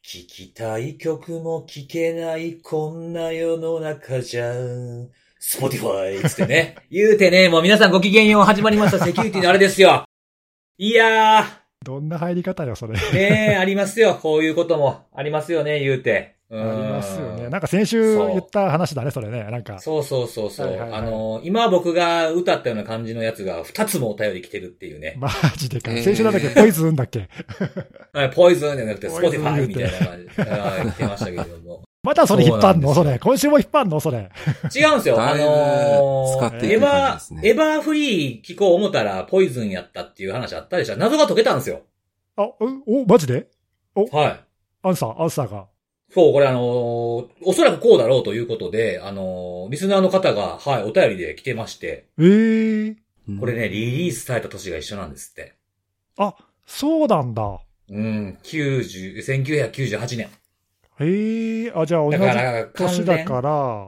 聴きたい曲も聴けないこんな世の中じゃん。Spotify つってね。言うてね、もう皆さんご機嫌よう始まりましたセキュリティのあれですよ。いやー。 どんな入り方よ、それ。 ねえ、ありますよ。こういうこともありますよね、言うて。 ありますよね。なんか先週言った話だね、それね。なんか。 そう。はいはいはい、今僕が歌ったような感じのやつが2つもお便り来てるっていうね。 マジでか。先週なんだっけ、ポイズンだっけ。 ポイズンじゃなくて、スポティファイみたいな感じで来てましたけども。 またそれ引っ張んのそれ。今週も引っ張んのそれ。 違うんですよ。 使っていく感じですね。 エバーフリー聞こう思ったらポイズンやったっていう話あったでしょ。謎が解けたんですよ。 マジではい。 アンサーが。 そう、これおそらくこうだろうということで、リスナーの方が、はい、お便りで来てまして。これね、リリースされた年が一緒なんですって。 あ、そうなんだ。 1998年。 じゃあ同じ年だから。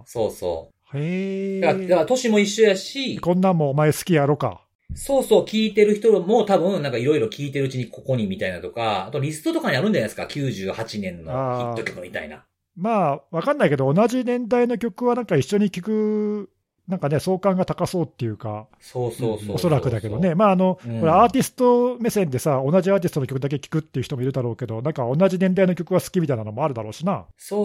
そう。 だから年も一緒やし。 こんなんもお前好きやろか。 そう、聞いてる人も多分なんかいろいろ聞いてるうちにここにみたいなとか、あとリストとかにあるんじゃないですか、98年のヒット曲みたいな。 まあ、わかんないけど、同じ年代の曲はなんか一緒に聴く、なんかね、相関が高そうっていうか。 そう。 おそらくだけどね。まあこれアーティスト目線でさ、同じアーティストの曲だけ聴くっていう人もいるだろうけど、なんか同じ年代の曲が好きみたいなのもあるだろうしな。 そう。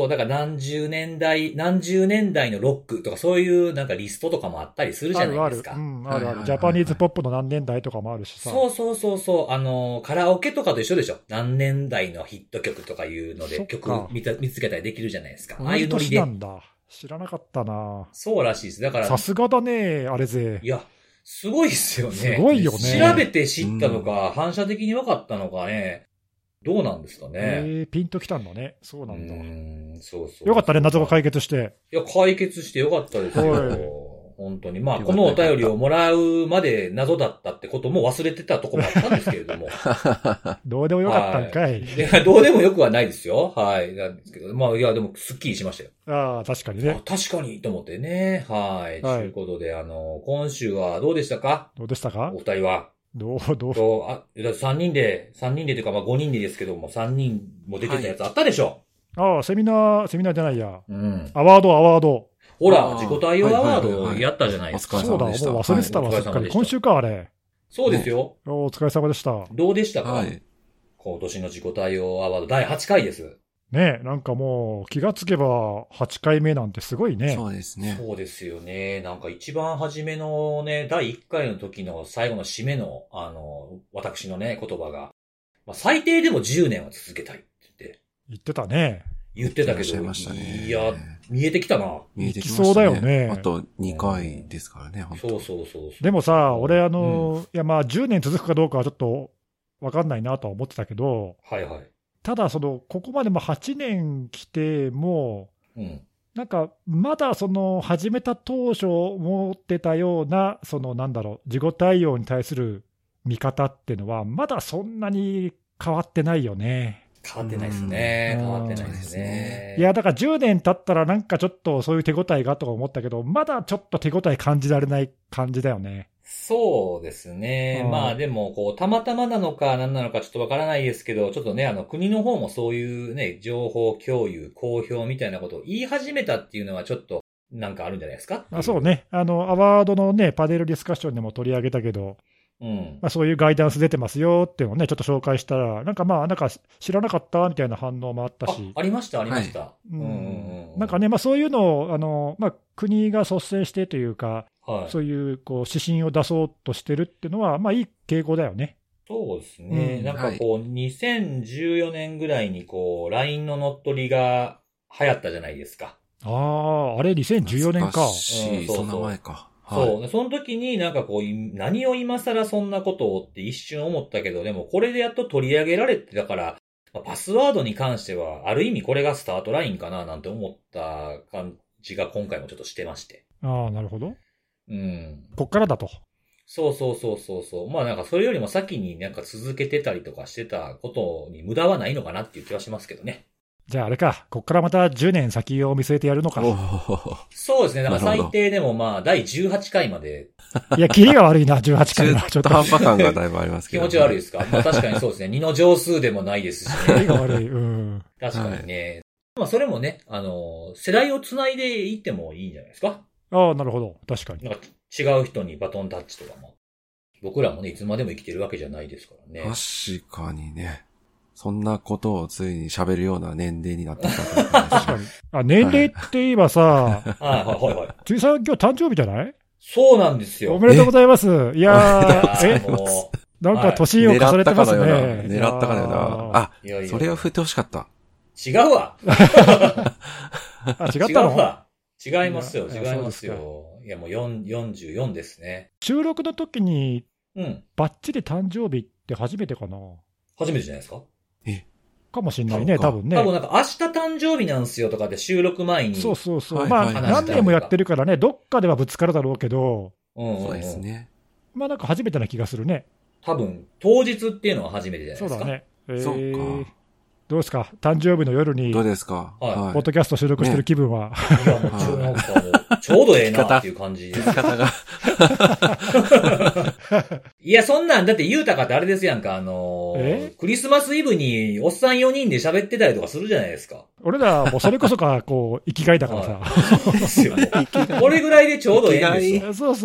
だから何十年代のロックとかそういうなんかリストとかもあったりするじゃないですか。 ある。ジャパニーズポップの何年代とかもあるしさ。 そう。カラオケとかと一緒でしょ。何年代のヒット曲とかいうので曲見つけたりできるじゃないですか。ああいうノリで。 なんだ。知らなかったな。 そうらしいです。だから。 さすがだね、あれぜ。 いや、すごいっすよね。 すごいよね。 調べて知ったのか、反射的に分かったのかね。どうなんですかね。 ピンときたんだね。そうなんだ。 そう。 よかったね、謎が解決して。 いや、解決してよかったですよ。本当に。まあ、このお便りをもらうまで謎だったってことも忘れてたところもあったんですけれども。 どうでもよかったんかい。 どうでもよくはないですよ。はい。なんですけど。まあ、いや、でも、すっきりしましたよ。 確かにね。 確かに、と思ってね。はい。ということで、今週はどうでしたか？ お二人は。 どう 3人でというか、まあ5人でですけども、3人も出てたやつあったでしょ？ セミナーじゃないや。アワード。 ほら、自己対応アワードやったじゃないですか。 そうだ、もう忘れてたわ、すっかり。今週か、あれ。 そうですよ。 お疲れ様でした。 どうでしたか？今年の自己対応アワード第8回です。 ねえ、なんかもう気がつけば8回目なんてすごいね。 そうですね。 そうですよね。なんか一番初めのね、第1回の時の最後の締めの、私のね、言葉が、まあ、最低でも10年は続けたいって言ってたね。 言ってたけど、いや、見えてきたな。 見えてきましたね。 そうだよね。 あと2回ですからね、本当。 そう。 でもさ、俺いやまあ10年続くかどうかはちょっとわかんないなとは思ってたけど、 はい。 ただここまでも8年来ても、なんかまだ始めた当初思ってたような、自己対応に対する見方っていうのは、まだそんなに変わってないよね。 変わってないですね。 いや、だから10年経ったらなんかちょっとそういう手応えがとか思ったけど、まだちょっと手応え感じられない感じだよね。 そうですね。まあでも、たまたまなのか何なのかちょっとわからないですけど、ちょっとね、国の方もそういうね、情報共有、公表みたいなことを言い始めたっていうのはちょっとなんかあるんじゃないですか？ そうね。アワードのね、パネルディスカッションでも取り上げたけど、そういうガイダンス出てますよっていうのをね、ちょっと紹介したら、なんか知らなかったみたいな反応もあったし。 ありました。 なんかね、そういうのを、国が率先してというか、そういう指針を出そうとしてるっていうのは、いい傾向だよね。 そうですね。なんか2014年ぐらいにLINE の乗っ取りが流行ったじゃないですか。 あれ2014年か。 そんな前か。 そう。その時になんか何を今更そんなことをって一瞬思ったけど、でもこれでやっと取り上げられて、だから、パスワードに関しては、ある意味これがスタートラインかななんて思った感じが今回もちょっとしてまして。 なるほど。こっからだと。 そう。まあなんかそれよりも先になんか続けてたりとかしてたことに無駄はないのかなっていう気はしますけどね。 じゃああれか、こっからまた10年先を見据えてやるのか。 そうですね。だから最低でもまあ、第18回まで。 いや、キリが悪いな、18回は。 ちょっと半端感がだいぶありますけど、 気持ち悪いですか？まあ確かにそうですね。2の乗数でもないですし、ね。 キリが悪い。うん。 確かにね。はい、まあそれもね、世代を繋いでいってもいいんじゃないですか？ ああ、なるほど。確かに。 なんか違う人にバトンタッチとかも。僕らもね、いつまでも生きてるわけじゃないですからね。 確かにね。そんなことをついに喋るような年齢になってきた。 確かに。あ、年齢って言えばさ、 はい。 ついさん今日誕生日じゃない？ そうなんですよ。 おめでとうございます。いやー、なんか年を重ねてますね。 狙ったかのような。あ、それを振ってほしかった。 違うわ。 違ったの？ 違いますよ。いや、もう44ですね。 収録の時に、バッチリ誕生日って初めてかな？ 初めてじゃないですか？ かもしんないね、多分ね。 多分なんか明日誕生日なんすよとかで収録前に。 そう。まあ、何年もやってるからね、どっかではぶつかるだろうけど。 そうですね。 まあなんか初めてな気がするね。 多分、当日っていうのは初めてじゃないですか。 そうだね。 そうか。 どうですか？誕生日の夜に。 どうですか？ ポッドキャスト収録してる気分は。 いや、もうちょうどええなっていう感じです。いや、そんなん、だって言うたかってあれですやんか、クリスマスイブにおっさん4人で喋ってたりとかするじゃないですか。 俺ら、もうそれこそか、こう、生きがいだからさ。 そうですよね。これぐらいでちょうどええんですよ。 そう。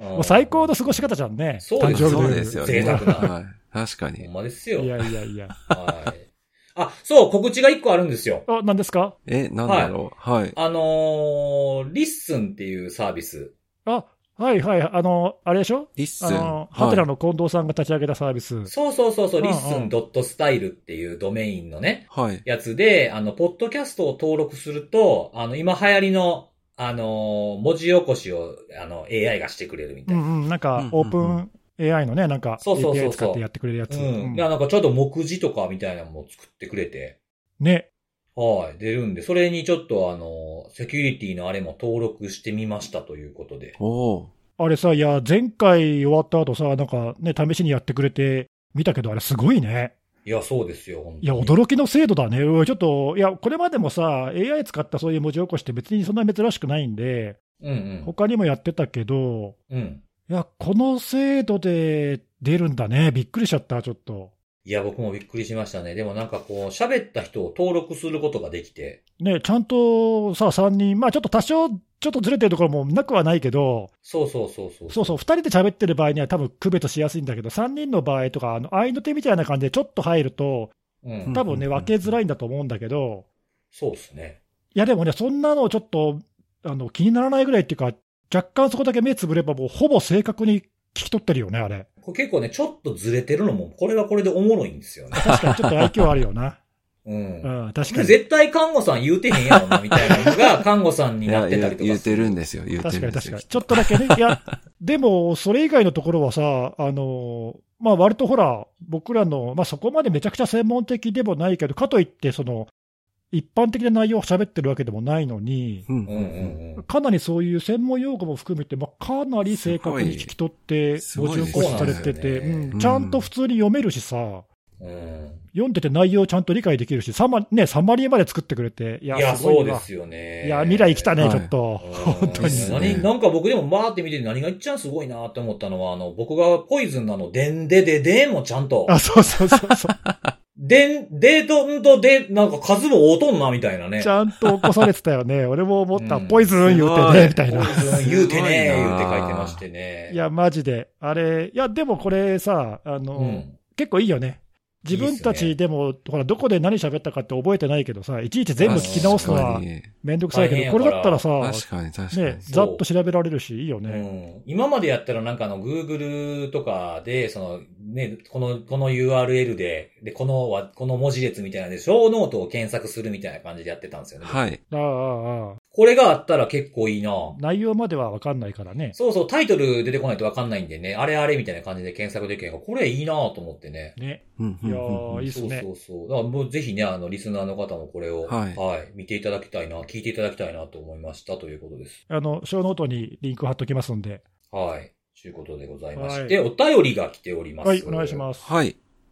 もう最高の過ごし方じゃんね。 そうですよね。 贅沢な。 確かに。 ほんまですよ。 いや。 はい。あ、そう、告知が1個あるんですよ。 あ、何ですか？ なんだろう。はい。 リッスンっていうサービス。 あ、はい。あれでしょ？ リッスン。 ハテナの近藤さんが立ち上げたサービス。 そう。リッスン .style っていうドメインのね、やつで、ポッドキャストを登録すると、今流行りの、文字起こしを、AI がしてくれるみたいな。 なんか、オープン、AI のね、なんか、API 使ってやってくれるやつ。 いや、なんかちょっと目次とかみたいなのも作ってくれて。 ね。 はい、出るんで、それにちょっとセキュリティのあれも登録してみましたということで。 あれさ、いや、前回終わった後さ、なんかね、試しにやってくれて見たけど、あれすごいね。 いや、そうですよ、本当に。 いや、驚きの精度だね。ちょっと、いや、これまでもさ、AI 使ったそういう文字起こしって別にそんな珍しくないんで、他にもやってたけど、いや、この精度で出るんだね。びっくりしちゃった、ちょっと。 いや、僕もびっくりしましたね。でもなんかこう、喋った人を登録することができて。 ね、ちゃんとさ、3人、まあちょっと多少、ちょっとずれてるところもなくはないけど、 そう、 2人で喋ってる場合には多分区別しやすいんだけど、3人の場合とか、合いの手みたいな感じでちょっと入ると、多分ね、分けづらいんだと思うんだけど、 そうですね。 いや、でもね、そんなのちょっと、気にならないぐらいっていうか、若干そこだけ目つぶれば、もうほぼ正確に聞き取ってるよね、あれ。 結構ね、ちょっとずれてるのも、これはこれでおもろいんですよね。 確かにちょっと愛嬌あるよな。確かに。 絶対看護さん言うてへんやろな、みたいなのが、看護さんになってたりとか。 言うてるんですよ、 確かに。ちょっとだけね。いや、でも、それ以外のところはさ、まあ、割とほら、僕らの、まあ、そこまでめちゃくちゃ専門的でもないけど、かといって、一般的な内容を喋ってるわけでもないのに、かなりそういう専門用語も含めて、かなり正確に聞き取って、文字起こしされてて、ちゃんと普通に読めるしさ、読んでて内容をちゃんと理解できるし、サマリーまで作ってくれて、いや、 そうですよね。 いや、未来来たね、ちょっと。本当に。 なんか僕でもバーって見てて何が一番すごいなって思ったのは、僕がポイズンのでんでででもちゃんと。 そう。 でとで、なんか数も多とんな、みたいなね。 ちゃんと起こされてたよね。俺も思った。ポイズン言うてね、みたいな。 ポイズン言うてね、言うて書いてましてね。 いや、マジで。あれ、いや、でもこれさ、結構いいよね。自分たちでも、ほら、どこで何喋ったかって覚えてないけどさ、いちいち全部聞き直すのはめんどくさいけど、これだったらさ、ね、ざっと調べられるし、いいよね。 今までやったらなんかGoogle とかで、ね、この URL で、この文字列みたいなので、小ノートを検索するみたいな感じでやってたんですよね。 はい。 これがあったら結構いいな。 内容までは分かんないからね。 そう、タイトル出てこないと分かんないんでね、あれみたいな感じで検索できるから、これいいなと思ってね。 ね。いやー、いいっすね。 そう。だからもうぜひね、リスナーの方もこれを、見ていただきたいな、聞いていただきたいなと思いましたということです。 小ノートにリンク貼っときますんで。 はい。ということでございまして、お便りが来ております。 はい、お願いします。 はい。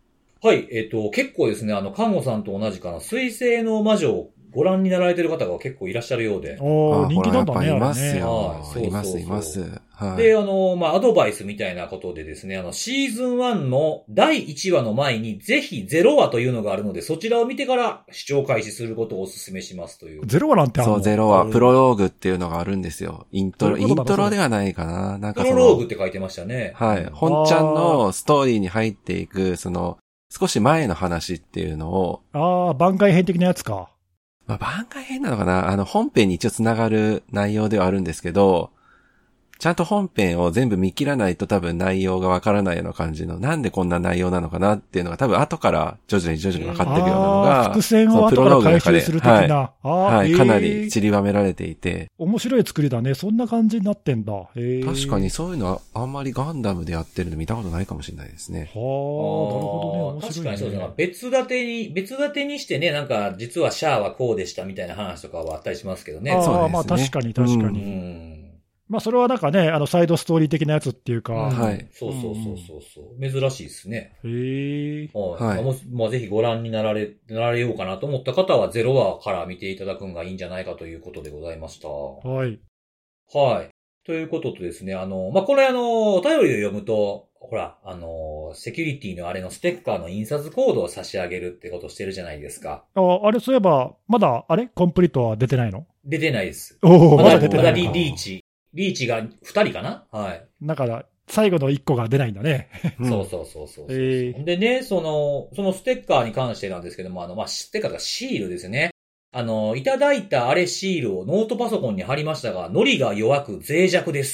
はい、結構ですね、看護さんと同じかな、水星の魔女をご覧になられてる方が結構いらっしゃるようで。 人気なんだね、 いますよ。 はい、そういます、います。 はい。で、アドバイスみたいなことでですね、シーズン1の第1話の前に、ぜひ0話というのがあるので、そちらを見てから視聴開始することをお勧めしますという。 0話なんてあるの？ そう、0話、プロローグっていうのがあるんですよ。イントロではないかな。なんかプロローグって書いてましたね。 はい。本ちゃんのストーリーに入っていく、少し前の話っていうのを。 番外編的なやつか。 まあ、番外編なのかな？本編に一応繋がる内容ではあるんですけど、ちゃんと本編を全部見切らないと多分内容がわからないような感じの、なんでこんな内容なのかなっていうのが多分後から徐々に分かっていくようなのが、 伏線を後から回収する的な。 はい、かなり散りばめられていて。 面白い作りだね。そんな感じになってんだ。 確かにそういうのはあんまりガンダムでやってるの見たことないかもしれないですね。 なるほどね。面白いね。 確かにそうですね。別立てにしてね、なんか実はシャアはこうでしたみたいな話とかはあったりしますけどね。 そうですね。 まあ確かに。まあそれはなんかね、サイドストーリー的なやつっていうか。 はい。 そう。珍しいですね。はい。まあぜひご覧になられようかなと思った方は0話から見ていただくのがいいんじゃないかということでございました。 はい。 はい。ということとですね、まあこれお便りを読むと、ほら、セキュリティのあれのステッカーの印刷コードを差し上げるってことをしてるじゃないですか。 あれそういえば、まだ、コンプリートは出てないの？ 出てないです。 まだ出てない。 まだリーチが2人かな？はい。 だから、最後の1個が出ないんだね。 そう。でね、そのステッカーに関してなんですけども、まあ、ステッカーがシールですね。いただいたシールをノートパソコンに貼りましたが、糊が弱く脆弱です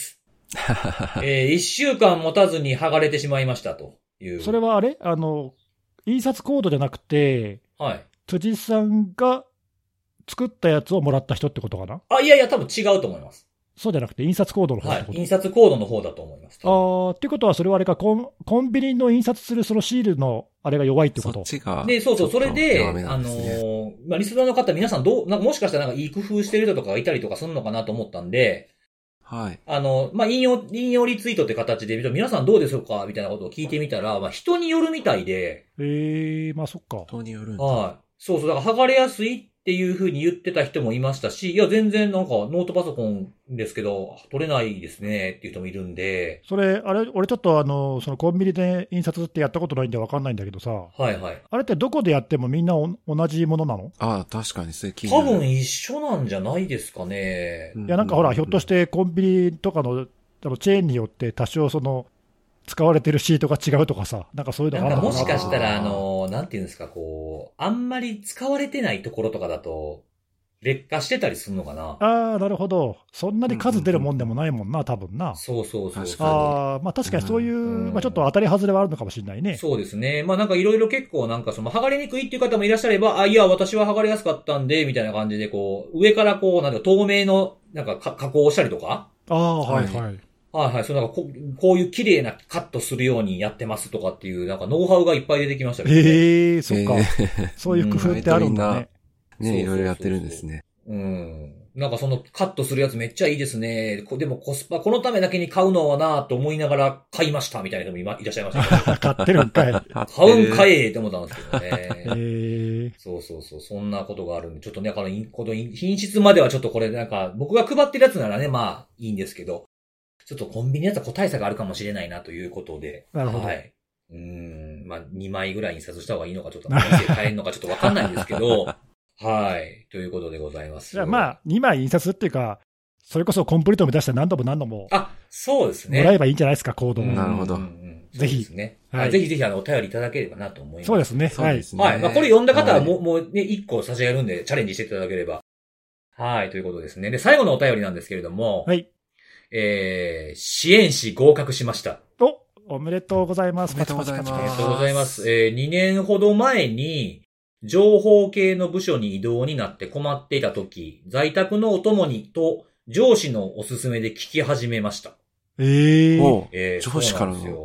。1週間持たずに剥がれてしまいましたという。 それは印刷コードじゃなくて、 はい。 辻さんが作ったやつをもらった人ってことかな？ いや、多分違うと思います。 そうじゃなくて、印刷コードの方ってこと？ はい。印刷コードの方だと思います。 ってことは、それはコンビニの印刷するそのシールのあれが弱いってこと？ そっちが。 で、そう。それで、まあ、リスナーの方皆さんなんかもしかしたらいい工夫してる人とかがいたりとかするのかなと思ったんで、 はい。 まあ、引用リツイートって形で、皆さんどうでしょうかみたいなことを聞いてみたら、まあ、人によるみたいで。 まあ、そっか。 人によるんだ。 はい。そう。だから剥がれやすいっていう風に言ってた人もいましたし、いや、全然なんかノートパソコンですけど、取れないですねっていう人もいるんで。 それ、俺ちょっとそのコンビニで印刷ってやったことないんでわかんないんだけどさ。 はい。 あれってどこでやってもみんな同じものなの？ 確かにそれ多分一緒なんじゃないですかね。 いや、なんかほら、ひょっとしてコンビニとかのチェーンによって多少使われてるシートが違うとかさ、なんかそういうのがあるのかな。 もしかしたらなんていうんですか、あんまり使われてないところとかだと、劣化してたりするのかな。 なるほど。そんなに数出るもんでもないもんな、多分な。 そう。 まあ確かにそういう、まあちょっと当たり外れはあるのかもしれないね。 そうですね。まあなんかいろいろ結構なんか剥がれにくいっていう方もいらっしゃれば、いや、私は剥がれやすかったんで、みたいな感じで上からなんか透明の、なんか加工をしたりとか。 はい。 そうなんかこういう綺麗なカットするようにやってますとかっていう、なんかノウハウがいっぱい出てきましたけどね。 そっか。そういう工夫ってあるんだね。 いろいろやってるんですね。 なんかカットするやつめっちゃいいですね。でもコスパ、このためだけに買うのはなぁと思いながら買いましたみたいな人もいらっしゃいました買ってるんかい。 買うんかいって思ったんですけどね。そう。そんなことがあるんで、ちょっとね、品質まではちょっとこれなんか、僕が配ってるやつならね、まあいいんですけど、ちょっとコンビニのやつは個体差があるかもしれないなということで。 なるほど。 はい。まあ2枚ぐらい印刷した方がいいのかちょっと、店買えるのかちょっとわかんないんですけど、はい。ということでございます。 まあ、2枚印刷っていうか、それこそコンプリートを目指して何度も。 そうですね。 もらえばいいんじゃないですか、コードを。 なるほど。 ぜひ。ですね。はい。ぜひお便りいただければなと思います。 そうですね。 はい。 はい。まあ、これ読んだ方はもうね、1個差し上げるんで、チャレンジしていただければ。はい。ということですね。で、最後のお便りなんですけれども。 はい。 支援士合格しました。 おめでとうございます。 おめでとうございます。 ありがとうございます。2年ほど前に、情報系の部署に異動になって困っていたとき、在宅のお供にと上司のおすすめで聞き始めました。 上司からの。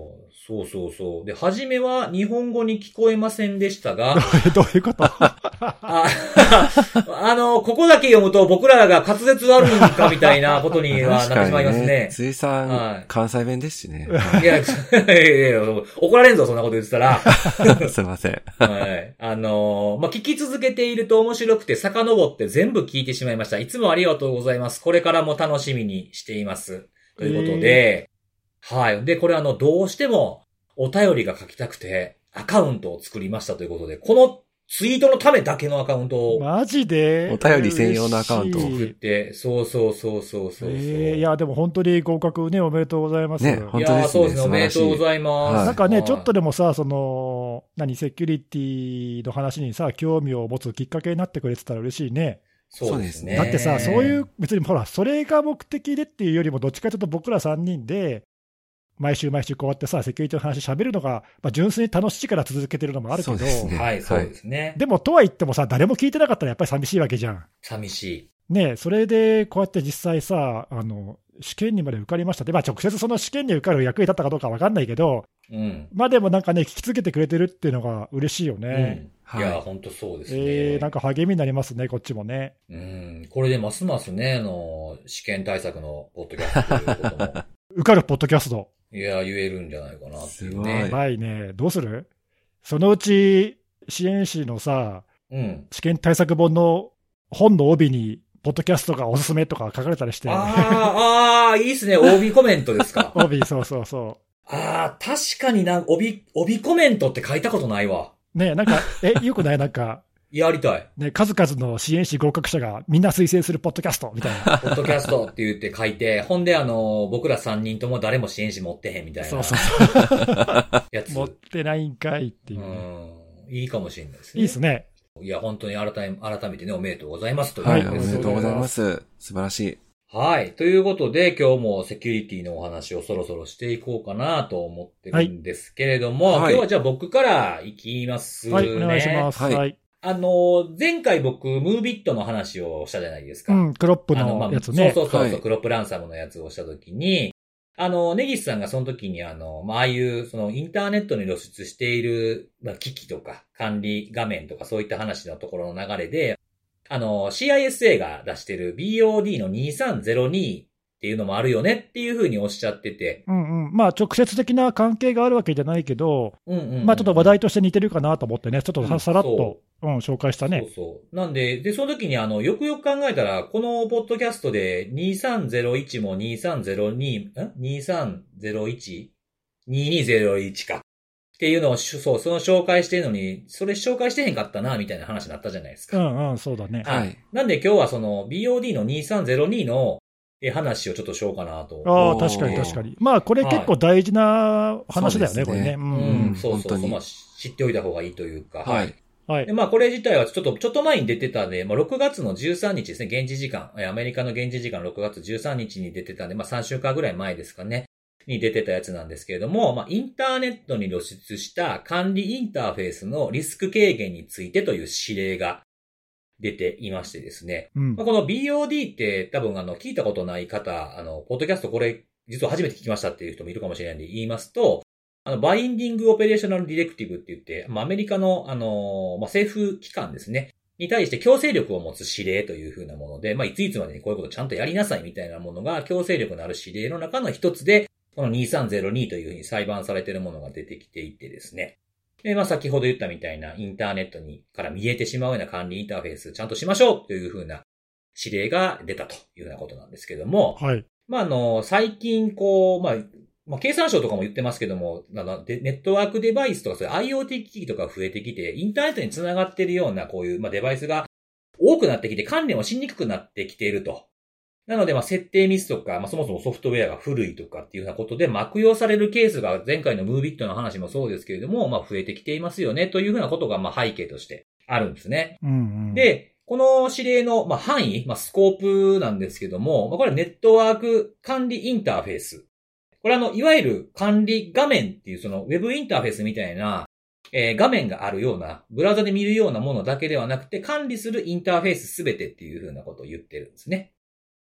そうそうそう。で、初めは日本語に聞こえませんでしたが。 どういうことここだけ読むと僕らが滑舌悪いんかみたいなことにはなってしまいますね。 辻さん、はい、関西弁ですしね。 いや、怒られんぞ、そんなこと言ってたら。 すいません。 はい。聞き続けていると面白くて遡って全部聞いてしまいました。いつもありがとうございます。これからも楽しみにしています。ということで、はい。で、これどうしてもお便りが書きたくてアカウントを作りましたということで、このツイートのためだけのアカウントを。 マジでお便り専用のアカウントを作って、そう。 いや、でも本当に合格ね、おめでとうございます。 ね、本当ですね。いや、 そうですね、おめでとうございます。 なんかね、ちょっとでもさ、セキュリティの話にさ、興味を持つきっかけになってくれてたら嬉しいね。 そうですね。 だってさ、そういう、別にほら、それが目的でっていうよりも、どっちかというと僕ら3人で、毎週こうやってさ、セキュリティの話喋るのが、純粋に楽しいから続けてるのもあるけど、 そうですね、 はい、そうですね。 でも、とは言ってもさ、誰も聞いてなかったらやっぱり寂しいわけじゃん。 寂しい。 ねえ、それでこうやって実際さ、試験にまで受かりましたって、直接その試験に受かる役に立ったかどうかわかんないけど、 うん、 でもなんかね、聞き続けてくれてるっていうのが嬉しいよね。 いや、本当そうですね。 なんか励みになりますね、こっちもね。 これでますますね、試験対策のポッドキャストということも。 受かるポッドキャスト。 いや、言えるんじゃないかなっていうね。 やばいね。どうする？そのうち、支援士のさ、試験対策本の帯に、ポッドキャストがおすすめとか書かれたりして。 いいっすね。帯コメントですか。 帯、そう。 確かに帯コメントって書いたことないわ。 ねえ、なんか、よくないなんか。 やりたい。 ね、数々の支援士合格者がみんな推薦するポッドキャストみたいな。 ポッドキャストって言って書いて、ほんで僕ら3人とも誰も支援士持ってへんみたいな。 そう。 やつ。 持ってないんかいっていう、 ね。いいかもしれないですね。 いいですね。 いや、本当に改めてね、おめでとうございますという。 はい、おめでとうございます。素晴らしい。 はい。ということで、今日もセキュリティのお話をそろそろしていこうかなと思ってるんですけれども、今日はじゃあ僕からいきますね。 はい、お願いします。はい。 前回僕、ムービットの話をしたじゃないですか。 クロップのやつね。 そう、クロップランサムのやつをしたときに、ネギスさんがその時にああいうインターネットに露出している、機器とか管理画面とかそういった話のところの流れで、CISA が出してる BOD の2302っていうのもあるよねっていうふうにおっしゃってて。 直接的な関係があるわけじゃないけど、ちょっと話題として似てるかなと思ってね、ちょっとさらっと、紹介したね。 そう。なんで、その時によくよく考えたら、このポッドキャストで2301も2302?2201 か。っていうのを、その紹介してるのに、それ紹介してへんかったな、みたいな話になったじゃないですか。 そうだね。 はい。なんで今日はその BOD の2302の話をちょっとしようかなと。 確かに。これ結構大事な話だよね、これね。 そう。知っておいた方がいいというか。 はい。 で、これ自体はちょっと前に出てたんで、6月の13日ですね、現地時間。アメリカの現地時間6月13日に出てたんで、3週間ぐらい前ですかね。に出てたやつなんですけれども、インターネットに露出した管理インターフェースのリスク軽減についてという指令が出ていましてですね。この BOD って多分聞いたことない方、ポッドキャストこれ実は初めて聞きましたっていう人もいるかもしれないんで言いますと、バインディングオペレーショナルディレクティブって言って、アメリカの政府機関ですね。に対して強制力を持つ指令という風なもので、いついつまでにこういうことちゃんとやりなさいみたいなものが強制力のある指令の中の一つで、この2302というふうに裁判されているものが出てきていてですね。で、先ほど言ったみたいなインターネットから見えてしまうような管理インターフェースちゃんとしましょうというふうな指令が出たというようなことなんですけども。 はい。 最近経産省とかも言ってますけども、ネットワークデバイスとかそういう IoT 機器とか増えてきて、インターネットにつながっているようなこういうデバイスが多くなってきて関連をしにくくなってきていると。なので、設定ミスとか、そもそもソフトウェアが古いとかっていうようなことで、悪用されるケースが前回のムービットの話もそうですけれども、増えてきていますよね、というふうなことが、背景としてあるんですね。で、この指令の、範囲、スコープなんですけども、これネットワーク管理インターフェース。これいわゆる管理画面っていうそのウェブインターフェースみたいな、画面があるような、ブラウザで見るようなものだけではなくて、管理するインターフェースすべてっていうふうなことを言ってるんですね。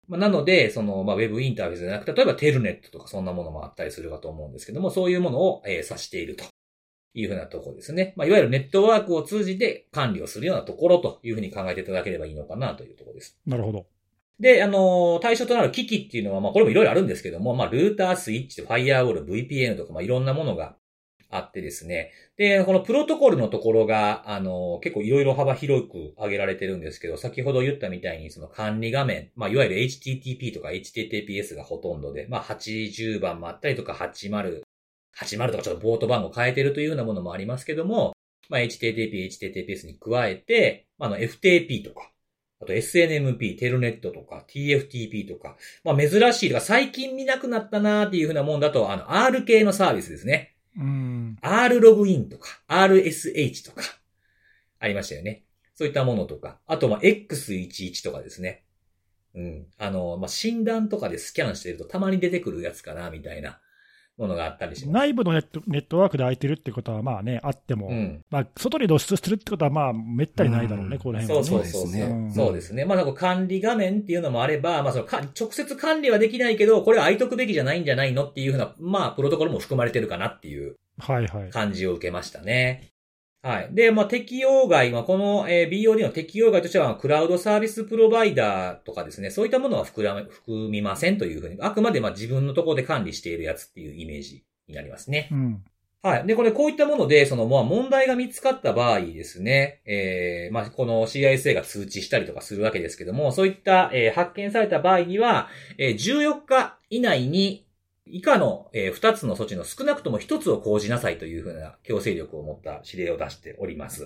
なので、その、ウェブインターフェースじゃなくて、例えばテルネットとかそんなものもあったりするかと思うんですけども、そういうものを、指しているというふうなところですね。いわゆるネットワークを通じて管理をするようなところというふうに考えていただければいいのかなというところです。 なるほど。 で、対象となる機器っていうのは、これもいろいろあるんですけども、ルーター、スイッチ、ファイアウォール、VPN とか、いろんなものがあってですね。で、このプロトコルのところが、結構いろいろ幅広く挙げられてるんですけど、先ほど言ったみたいにその管理画面、いわゆる HTTP とか HTTPS がほとんどで、80番もあったりとか80とかちょっとポート番号変えてるというようなものもありますけども、HTTP、HTTPS に加えて、FTP とか、あと SNMP、テルネットとか、TFTP とか、珍しいとか、最近見なくなったなーっていうふうなもんだと、R 系のサービスですね。R ログインとか、RSH とか、ありましたよね。そういったものとか、あとX11 とかですね。診断とかでスキャンしてるとたまに出てくるやつかな、みたいなものがあったりします。 内部のネットワークで空いてるってことはあっても、外に露出するってことはめったにないだろうね、この辺はね。 そうですね。管理画面っていうのもあれば、その直接管理はできないけど、これは空いとくべきじゃないんじゃないのっていうふうな、プロトコルも含まれてるかなっていう感じを受けましたね。はい。で、適用外、この、BOD の適用外としては、クラウドサービスプロバイダーとかですね、そういったものは含みませんというふうに、あくまで自分のところで管理しているやつっていうイメージになりますね。はい。で、こういったもので、問題が見つかった場合ですね、この CISA が通知したりとかするわけですけども、そういった、発見された場合には、14日以内に、以下の2つの措置の少なくとも1つを講じなさいというふうな強制力を持った指令を出しております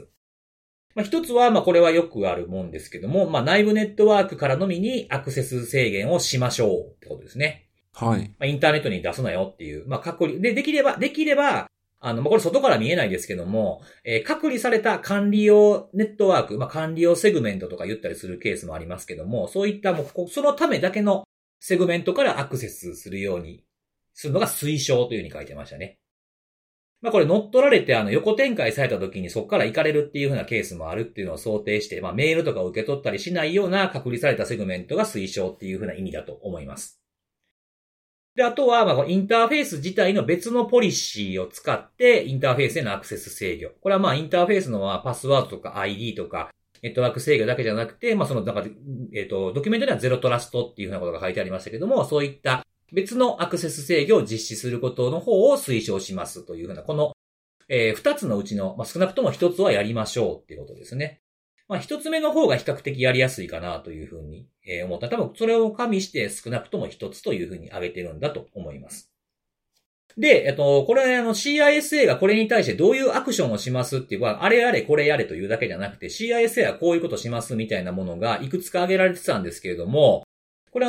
。1つは、これはよくあるもんですけども、内部ネットワークからのみにアクセス制限をしましょうってことですね。 はい。 インターネットに出すなよっていう、隔離。で、できれば、これ外から見えないですけども、隔離された管理用ネットワーク、管理用セグメントとか言ったりするケースもありますけども、そういったそのためだけのセグメントからアクセスするようにするのが推奨というふうに書いてましたね。これ乗っ取られて横展開された時にそこから行かれるっていうふうなケースもあるっていうのを想定して、メールとかを受け取ったりしないような隔離されたセグメントが推奨っていうふうな意味だと思います。で、あとは、インターフェース自体の別のポリシーを使って、インターフェースへのアクセス制御。これはインターフェースのパスワードとか ID とか、ネットワーク制御だけじゃなくて、ドキュメントにはゼロトラストっていうふうなことが書いてありましたけども、そういった別のアクセス制御を実施することの方を推奨しますというふうな、この、二つのうちの、少なくとも一つはやりましょうっていうことですね。一つ目の方が比較的やりやすいかなというふうに思った。多分それを加味して少なくとも一つというふうに挙げてるんだと思います。で、これCISA がこれに対してどういうアクションをしますっていうのは、あれやれこれやれというだけじゃなくて CISA はこういうことしますみたいなものがいくつか挙げられてたんですけれども、これ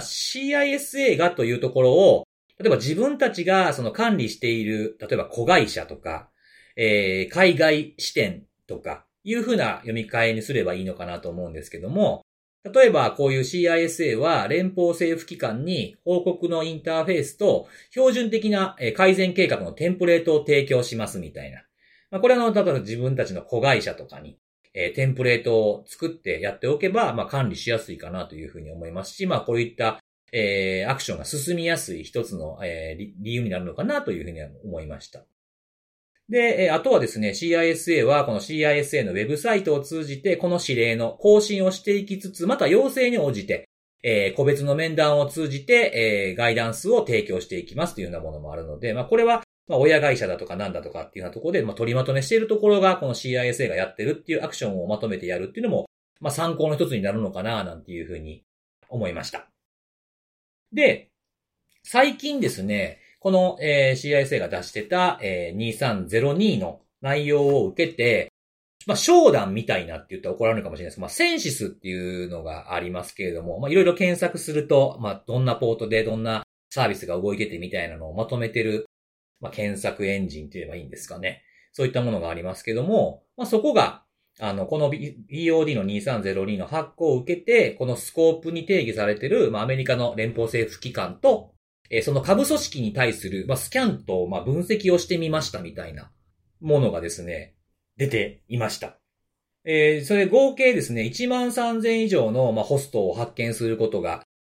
CISA がというところを、例えば自分たちが管理している、例えば子会社とか、海外支店とか、いうふうな読み替えにすればいいのかなと思うんですけども、例えばこういう CISA は連邦政府機関に報告のインターフェースと標準的な改善計画のテンプレートを提供しますみたいな。これは例えば自分たちの子会社とかにテンプレートを作ってやっておけば、管理しやすいかなというふうに思いますし、こういったアクションが進みやすい一つの理由になるのかなというふうに思いました。で、あとはですね、CISA はこの CISA のウェブサイトを通じて、この指令の更新をしていきつつ、また要請に応じて、個別の面談を通じて、ガイダンスを提供していきますというようなものもあるので、これは、親会社だとかなんだとかっていうようなところで、取りまとめしているところが、この CISA がやってるっていうアクションをまとめてやるっていうのも、参考の一つになるのかな、なんていうふうに思いました。で、最近ですね、この、CISA が出してた、2302の内容を受けて、商談みたいなって言ったら怒られるかもしれないですけど、センシスっていうのがありますけれども、いろいろ検索すると、どんなポートでどんなサービスが動いててみたいなのをまとめてる、検索エンジンって言えばいいんですかね。そういったものがありますけども、そこが、この BOD の2302の発行を受けて、このスコープに定義されている、アメリカの連邦政府機関と、その下部組織に対する、スキャンと、分析をしてみましたみたいなものがですね、出ていました。それ合計ですね、13000以上の、ホストを発見することが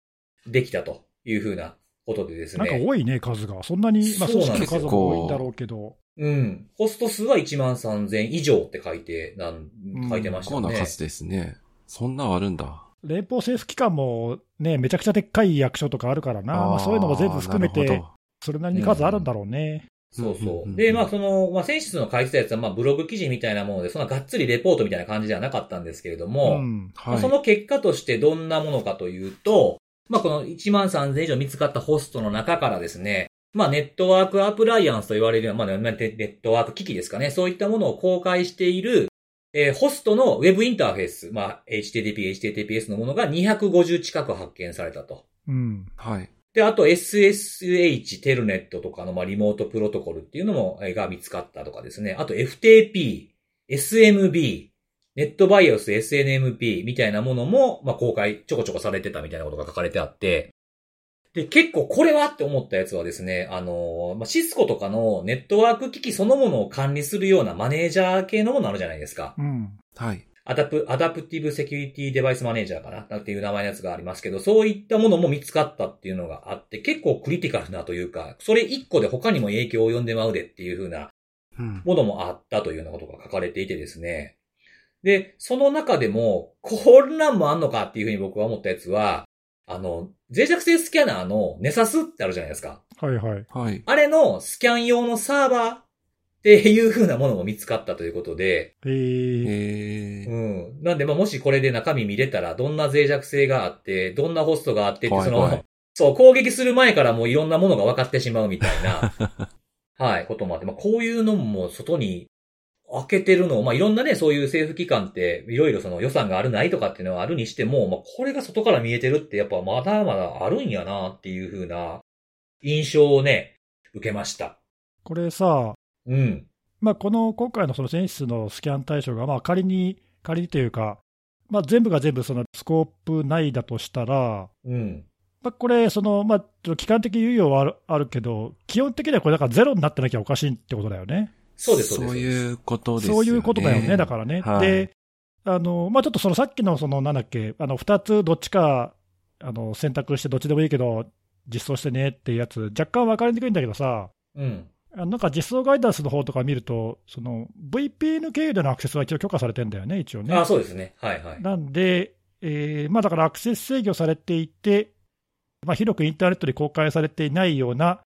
できたというふうなことでですね。 なんか多いね、数が。そんなに、まあ、組織の数も多いんだろうけど。 うん。ホスト数は13,000以上って書いてましたね。 結構な数ですね。そんなあるんだ。 連邦政府機関もね、めちゃくちゃでっかい役所とかあるからな。まあそういうのも全部含めて、それなりに数あるんだろうね。 そうそう。で、まあセンシスの書いてたやつは、まあブログ記事みたいなもので、そんながっつりレポートみたいな感じではなかったんですけれども、はい、その結果としてどんなものかというと、まあこの13,000以上見つかったホストの中からですね、まあネットワークアプライアンスと言われるような、まあネットワーク機器ですかね、そういったものを公開している、ホストのウェブインターフェース、まあ HTTP、HTTPS のものが250近く発見されたと。 うん。 はい。 で、あと SSH、テルネットとかの、まあ、リモートプロトコルっていうのも、が見つかったとかですね。あと FTP、SMB、ネットバイオス、SNMP みたいなものも、まあ、公開ちょこちょこされてたみたいなことが書かれてあって、で、結構これはって思ったやつはですね、まあ、シスコとかのネットワーク機器そのものを管理するようなマネージャー系のものあるじゃないですか。 うん。 はい。 アダプティブセキュリティデバイスマネージャーかなっていう名前のやつがありますけど、そういったものも見つかったっていうのがあって、結構クリティカルなというか、それ一個で他にも影響を及んでまうでっていう風なものもあったというようなことが書かれていてですね。で、その中でも、こんなんもあんのかっていう風に僕は思ったやつは、脆弱性スキャナーのネサスってあるじゃないですか。 はいはい。 はい。 あれのスキャン用のサーバーっていう風なものも見つかったということで。 うん。 なんで、まあ、もしこれで中身見れたら、どんな脆弱性があって、どんなホストがあってって、そう、攻撃する前からもういろんなものが分かってしまうみたいな、はい、こともあって、まあ、こういうのも外に開けてるのを、まあ、いろんなね、そういう政府機関って、いろいろその予算があるないとかっていうのはあるにしても、まあ、これが外から見えてるって、やっぱまだまだあるんやなっていう風な印象をね、受けました。 これさ、 うん。 まあ、今回のそのセンシスのスキャン対象が、まあ仮にというか、まあ、全部が全部そのスコープ内だとしたら、 うん。 まあ、これ、まあ、機関的猶予はあるけど、基本的にはこれだからゼロになってなきゃおかしいってことだよね。 そうです、そうです。 そういうことですよね。 そういうことだよね、だからね。はい、で、まあ、ちょっとさっきのなんだっけ、2つどっちか、選択してどっちでもいいけど、実装してねっていうやつ、若干分かりにくいんだけどさ、 うん。 なんか実装ガイダンスの方とか見ると、VPN 経由でのアクセスは一応許可されてるんだよね、一応ね。 あ、そうですね。はいはい。 なんで、まあだからアクセス制御されていて、まあ、広くインターネットで公開されていないような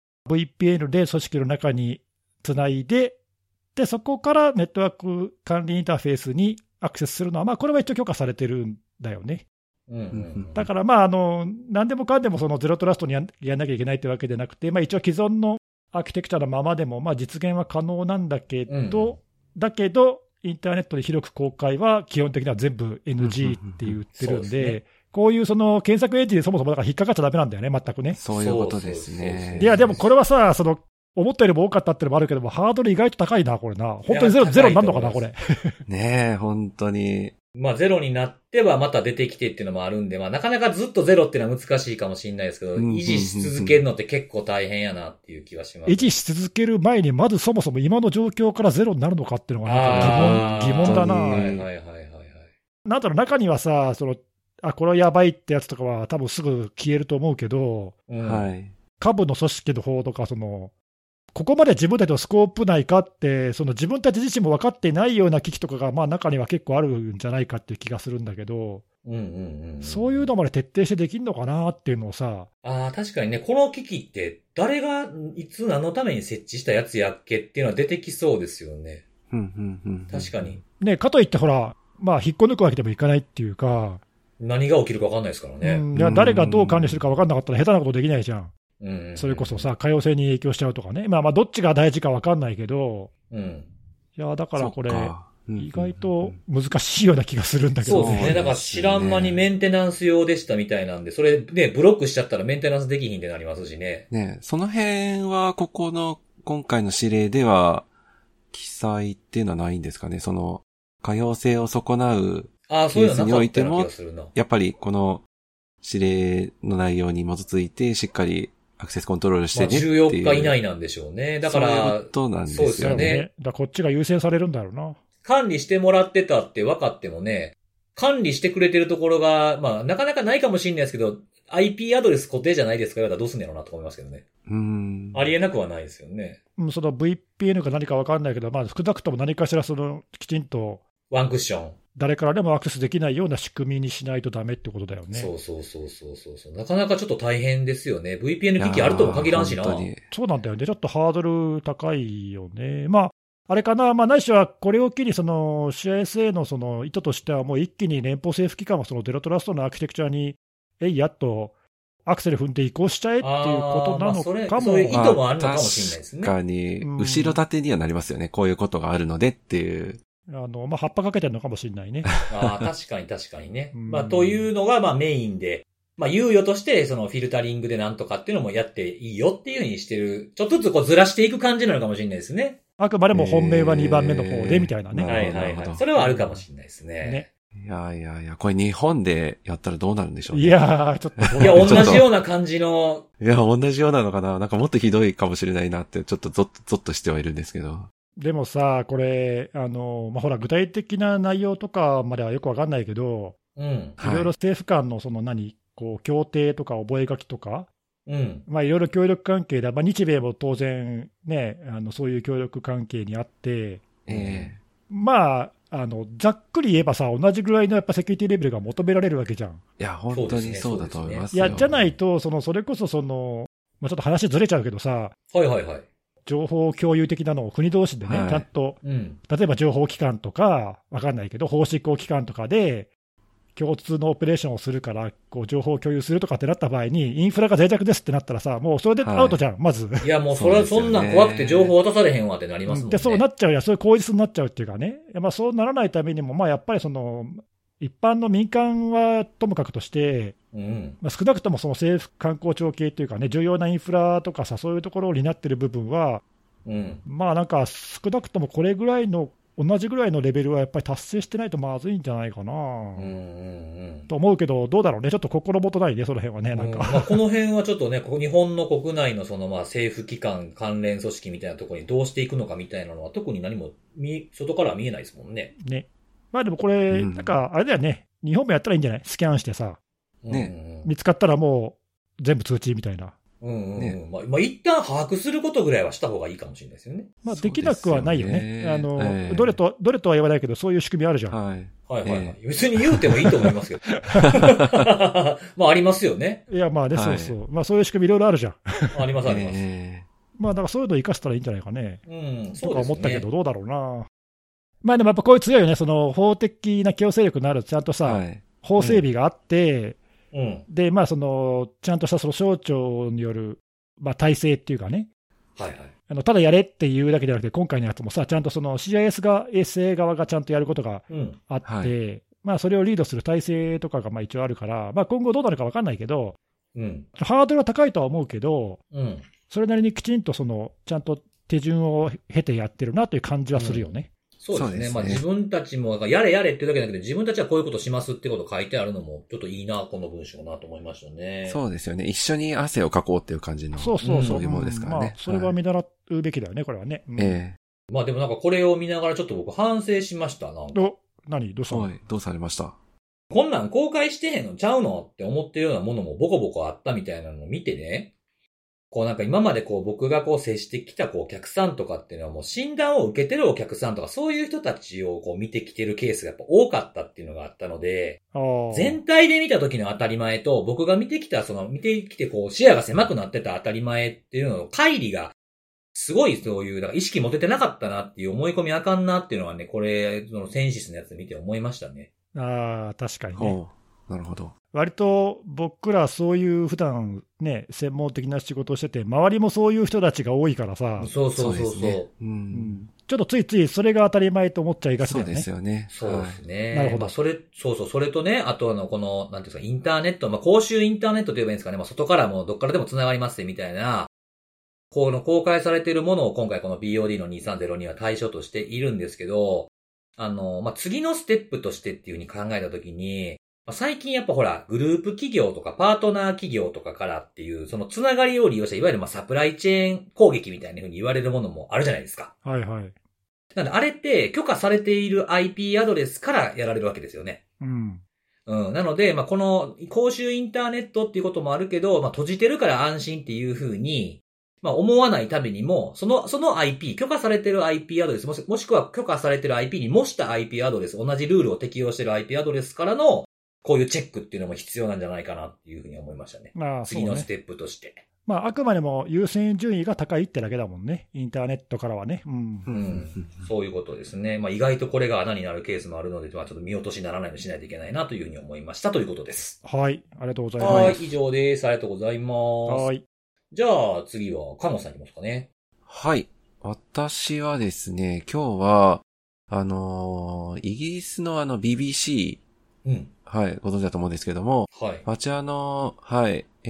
VPN で組織の中につないで、で、そこからネットワーク管理インターフェースにアクセスするのは、まあこれは一応許可されてるんだよね。だからまあ何でもかんでもそのゼロトラストにやんなきゃいけないというわけでなくて、まあ、一応既存のアーキテクチャのままでもまあ実現は可能なんだけど、だけどインターネットで広く公開は基本的には全部 NG って言ってるんで、こういうその検索エンジンでそもそもだから引っかかっちゃダメなんだよね、全くね。 そういうことですね。 いやでもこれはさ、思ったよりも多かったっていうのもあるけども、ハードル意外と高いな、これな。本当にゼロになるのかな、これ。 ねえ、本当に。 まあゼロになってはまた出てきてっていうのもあるんで、まあなかなかずっとゼロっていうのは難しいかもしれないですけど、維持し続けるのって結構大変やなっていう気がします。 維持し続ける前に、まずそもそも今の状況からゼロになるのかっていうのがなんか疑問だな。 はいはいはいはい。 なんだろう、中にはさ、これはやばいってやつとかは多分すぐ消えると思うけど、 はい。 下部の組織の方とか、ここまで自分たちのスコープ内かって、自分たち自身も分かっていないような機器とかが、まあ中には結構あるんじゃないかっていう気がするんだけど、そういうのまで徹底してできるのかなっていうのをさ。 確かにね、この機器って誰がいつ何のために設置したやつやっけっていうのは出てきそうですよね。確かに。 ね、かといってほら、まあ引っこ抜くわけでもいかないっていうか。 何が起きるか分かんないですからね。 いや誰がどう管理するか分かんなかったら下手なことできないじゃん。それこそさ、可用性に影響しちゃうとかね。まあどっちが大事か分かんないけど。いや、だからこれ、意外と難しいような気がするんだけどね。 そうですね。だから知らん間にメンテナンス用でしたみたいなんで、それね、ブロックしちゃったらメンテナンスできひんってなりますしね。 ね、その辺は、今回の指令では、記載っていうのはないんですかね。可用性を損なうケースにおいても、やっぱりこの指令の内容に基づいて、しっかりアクセスコントロールしてねっていう。 14日以内なんでしょうね。だから、 そういうことなんですよね。 そうですよね。 だからこっちが優先されるんだろうな。 管理してもらってたって分かってもね、管理してくれてるところが、まあ、なかなかないかもしれないですけど、 IP アドレス固定じゃないですか言われたらどうすんのやろうなと思いますけどね。ありえなくはないですよね。 その VPN か何か分かんないけど、まあ、少なくとも何かしらきちんと。 ワンクッション。 誰からでもアクセスできないような仕組みにしないとダメってことだよね。 そう。なかなかちょっと大変ですよね。VPN 機器あるとも限らんしな。 そうなんだよね。ちょっとハードル高いよね。まあ、あれかな、まあ、ないしはこれを機にCISA の意図としては、もう一気に連邦政府機関はゼロトラストのアーキテクチャに、やっとアクセル踏んで移行しちゃえっていうことなのかも。 そういう意図もあるのかもしれないですね。 確かに、後ろ盾にはなりますよね。こういうことがあるのでっていう。 まあ、葉っぱかけてるのかもしれないね。 確かにね。まあ、というのが、まあ、メインで、まあ、猶予として、フィルタリングでなんとかっていうのもやっていいよっていう風にしてる。ちょっとずつこうずらしていく感じなのかもしれないですね。 あくまでも本命は2番目の方で、みたいなね。 はい。それはあるかもしれないですね。 いや、これ日本でやったらどうなるんでしょうね。 いや、ちょっと。 いや、同じような感じの。 いや、同じようなのかな。なんかもっとひどいかもしれないなって、ちょっとゾッとしてはいるんですけど。 でもさ、これ、まあ、ほら、具体的な内容とかまではよくわかんないけど、いろいろ政府間の協定とか覚書とか、まあ、いろいろ協力関係で、まあ、日米も当然ね、そういう協力関係にあって、まあ、ざっくり言えばさ、同じぐらいのやっぱセキュリティレベルが求められるわけじゃん。 いや、本当にそうだと思いますよ。 いや、じゃないと、それこそまあ、ちょっと話ずれちゃうけどさ、情報共有的なのを国同士でね、ちゃんと、例えば情報機関とか、わかんないけど、法執行機関とかで、共通のオペレーションをするから、情報を共有するとかってなった場合に、インフラが脆弱ですってなったらさ、もうそれでアウトじゃん、まず。 いや、もうそれはそんなん怖くて情報渡されへんわってなりますもんね。 で、そうなっちゃうや、そういう口実になっちゃうっていうかね。まあ、そうならないためにも、まあ、やっぱり一般の民間はともかくとして、まあ、少なくとも政府観光庁系というかね、重要なインフラとかさ、そういうところを担ってる部分は、まあなんか少なくともこれぐらいの、同じぐらいのレベルはやっぱり達成してないとまずいんじゃないかな、と思うけど、どうだろうね、ちょっと心もとないね、その辺はね、なんか。 まあ、この辺はちょっとね、日本の国内のまあ政府機関関連組織みたいなところにどうしていくのかみたいなのは、特に何も外からは見えないですもんね。 ね。まあでもこれ、なんかあれだよね、日本もやったらいいんじゃない？スキャンしてさ、見つかったらもう全部通知みたいな。 まあ一旦把握することぐらいはした方がいいかもしれないですよね。 まあできなくはないよね。どれとは言わないけど、そういう仕組みあるじゃん。 はい。別に言うてもいいと思いますけど。まあありますよね。 いやまあね、そうそう。まあそういう仕組みいろいろあるじゃん。 あります。 まあだからそういうの活かしたらいいんじゃないかね。とか思ったけど、どうだろうな。まあでもやっぱこういう強いよね、法的な強制力のある、ちゃんとさ、法整備があって、で、まあちゃんとした省庁による、まあ、体制っていうかね、ただやれっていうだけじゃなくて、今回のやつもさ、ちゃんとCISA 側がちゃんとやることがあって、まあそれをリードする体制とかがまあ一応あるから、まあ今後どうなるか分かんないけど、ハードルは高いとは思うけど、それなりにきちんとちゃんと手順を経てやってるなという感じはするよね。 そうですね。まあ自分たちも、やれっていうだけだけど、自分たちはこういうことしますってことを書いてあるのも、ちょっといいな、この文章なと思いましたね。 そうですよね。一緒に汗をかこうっていう感じの。そういうものですからね。 まあ、それは見習うべきだよね、これはね。 まあでもなんかこれを見ながらちょっと僕反省しました。 何どうしたの？ どうされました？ こんなん公開してへんのちゃうのって思ってるようなものもボコボコあったみたいなのを見てね。なんか今まで僕が接してきたお客さんとかっていうのはもう診断を受けてるお客さんとかそういう人たちを見てきてるケースがやっぱ多かったっていうのがあったので、全体で見た時の当たり前と僕が見てきて視野が狭くなってた当たり前っていうのの乖離がすごいそういう、だから意識持ててなかったなっていう思い込みあかんなっていうのはね、これ、センシスのやつ見て思いましたね。 確かにね。 なるほど。 割と僕らそういう普段ね、専門的な仕事をしてて、周りもそういう人たちが多いからさ。 そう。 ちょっとついついそれが当たり前と思っちゃいがちだよね。 そうですよね。 そうですね。 なるほど。 それとね、あとこの、なんていうんですか、インターネット、まあ、公衆インターネットと言えばいいんですかね、まあ、外からもどっからでも繋がりますみたいな、公開されているものを今回この BOD の230には対象としているんですけど、まあ、次のステップとしてっていう風に考えたときに、最近やっぱほら、グループ企業とかパートナー企業とかからっていう、そのつながりを利用した、いわゆるサプライチェーン攻撃みたいな風に言われるものもあるじゃないですか。 はい。 なので、あれって許可されている IP アドレスからやられるわけですよね。 なので、この公衆インターネットっていうこともあるけど、閉じてるから安心っていう風に、思わないためにも、その IP、許可されてる IP アドレス、もしくは許可されてる IP に模した IP アドレス、同じルールを適用してる IP アドレスからの、こういうチェックっていうのも必要なんじゃないかなっていうふうに思いましたね。次のステップとして。 あくまでも優先順位が高いってだけだもんね。インターネットからはね。 そういうことですね。意外とこれが穴になるケースもあるので、ちょっと見落としにならないようにしないといけないなというふうに思いましたということです。 はい。ありがとうございます。 はい。以上です。ありがとうございます。はい。じゃあ、次は、カモさんいきますかね。 はい。私はですね、今日は、イギリスのBBC、はい、ご存知だと思うんですけども、 はい。 あちらの、はい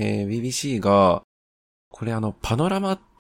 、BBC が、これパノラマって、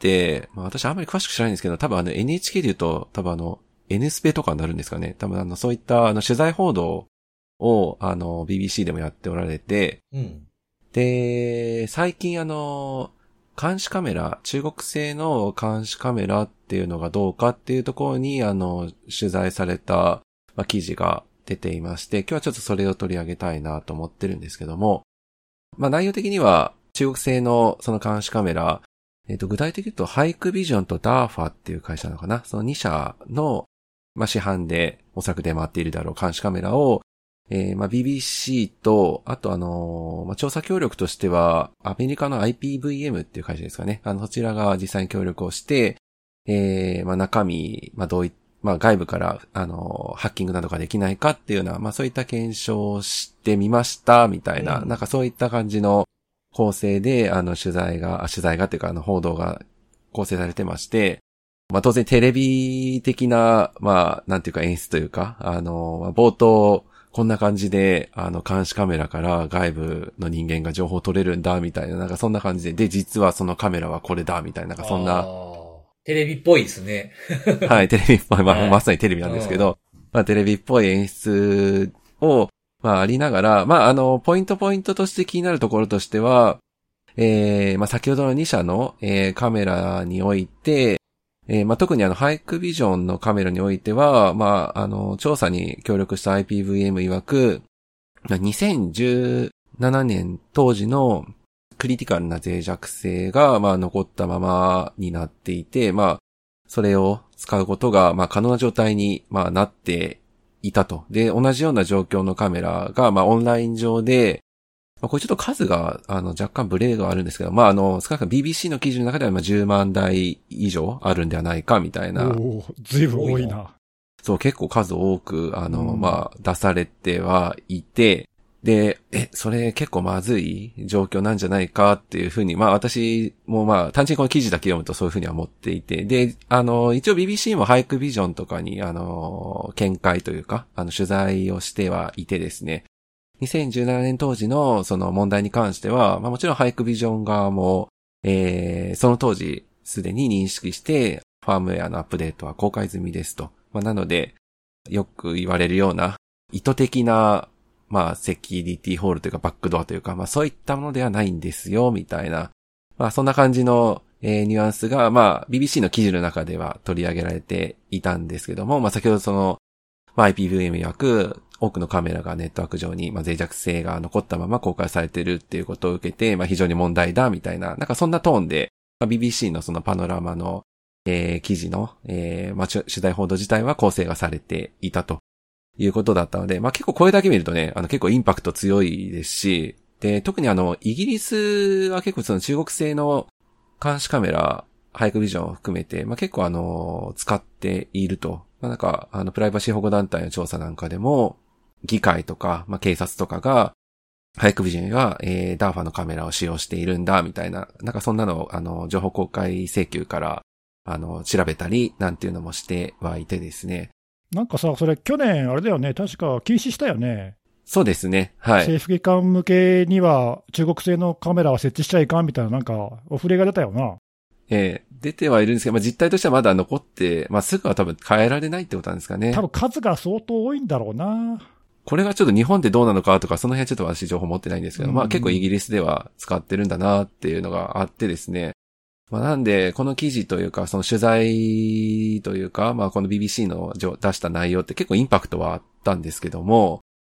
私あんまり詳しく知らないんですけど、多分NHK で言うと、多分N スペとかになるんですかね。多分そういった取材報道を、BBC でもやっておられて、で、最近監視カメラ、中国製の監視カメラっていうのがどうかっていうところに、取材された、記事が出ていまして、今日はちょっとそれを取り上げたいなと思ってるんですけども、内容的には、中国製のその監視カメラ、具体的に言うと、ハイクビジョンとダーファっていう会社なのかな、その2社の、市販でおそらく出回っているだろう監視カメラを、BBC と、あと調査協力としては、アメリカの IPVM っていう会社ですかね。そちらが実際に協力をして、中身、外部から、ハッキングなどができないかっていうような、そういった検証をしてみました、みたいな、なんかそういった感じの構成で、取材がっていうか、報道が構成されてまして、当然テレビ的な、なんていうか演出というか、冒頭、こんな感じで、監視カメラから外部の人間が情報を取れるんだ、みたいな、なんかそんな感じで、実はそのカメラはこれだ、みたいな、なんかそんな。 テレビっぽいですね。 はい、テレビっぽい、まさにテレビなんですけど、テレビっぽい演出を、ありながら、ポイントとして気になるところとしては、先ほどの2社の、カメラにおいて、特にハイクビジョンのカメラにおいては、調査に協力した IPVM 曰く、2017年当時のクリティカルな脆弱性が、残ったままになっていて、それを使うことが、可能な状態に、なっていたと。で、同じような状況のカメラが、オンライン上で、これちょっと数が、若干ブレがあるんですけど、少なくとも BBC の記事の中では、10万台以上あるんではないか、みたいな。 ずいぶん多いな。 そう、結構数多く、出されてはいて、で、それ結構まずい状況なんじゃないかっていうふうに、私も単純にこの記事だけ読むとそういうふうには思っていて、で、一応 BBC もハイクビジョンとかに、見解というか、取材をしてはいてですね、2017年当時のその問題に関しては、もちろんハイクビジョン側も、その当時すでに認識して、ファームウェアのアップデートは公開済みですと。なので、よく言われるような意図的な、セキュリティホールというかバックドアというか、そういったものではないんですよ、みたいな。そんな感じの、ニュアンスが、BBC の記事の中では取り上げられていたんですけども、先ほどその、IPVM 曰く、多くのカメラがネットワーク上に、脆弱性が残ったまま公開されているっていうことを受けて、非常に問題だ、みたいな、なんかそんなトーンで、BBC のそのパノラマの、記事の、取材報道自体は構成がされていたということだったので、結構これだけ見るとね、結構インパクト強いですし、で、特にイギリスは結構その中国製の監視カメラ、ハイクビジョンを含めて、結構使っていると。なんか、プライバシー保護団体の調査なんかでも、議会とか、警察とかが、ハイクビジョンは、ダーファのカメラを使用しているんだ、みたいな、なんかそんなのを、情報公開請求から、調べたり、なんていうのもしてはいてですね。 なんかさ、それ去年、あれだよね、確か禁止したよね。 そうですね。はい。 政府機関向けには、中国製のカメラは設置しちゃいかんみたいな、なんか、お触れが出たよな。 出てはいるんですけど、実態としてはまだ残って、すぐは多分変えられないってことなんですかね。 多分数が相当多いんだろうな。 これがちょっと日本でどうなのかとか、その辺はちょっと私情報持ってないんですけど、結構イギリスでは使ってるんだなっていうのがあってですね。なんで、この記事というか、その取材というか、この BBC の出した内容って結構インパクトはあったんですけども、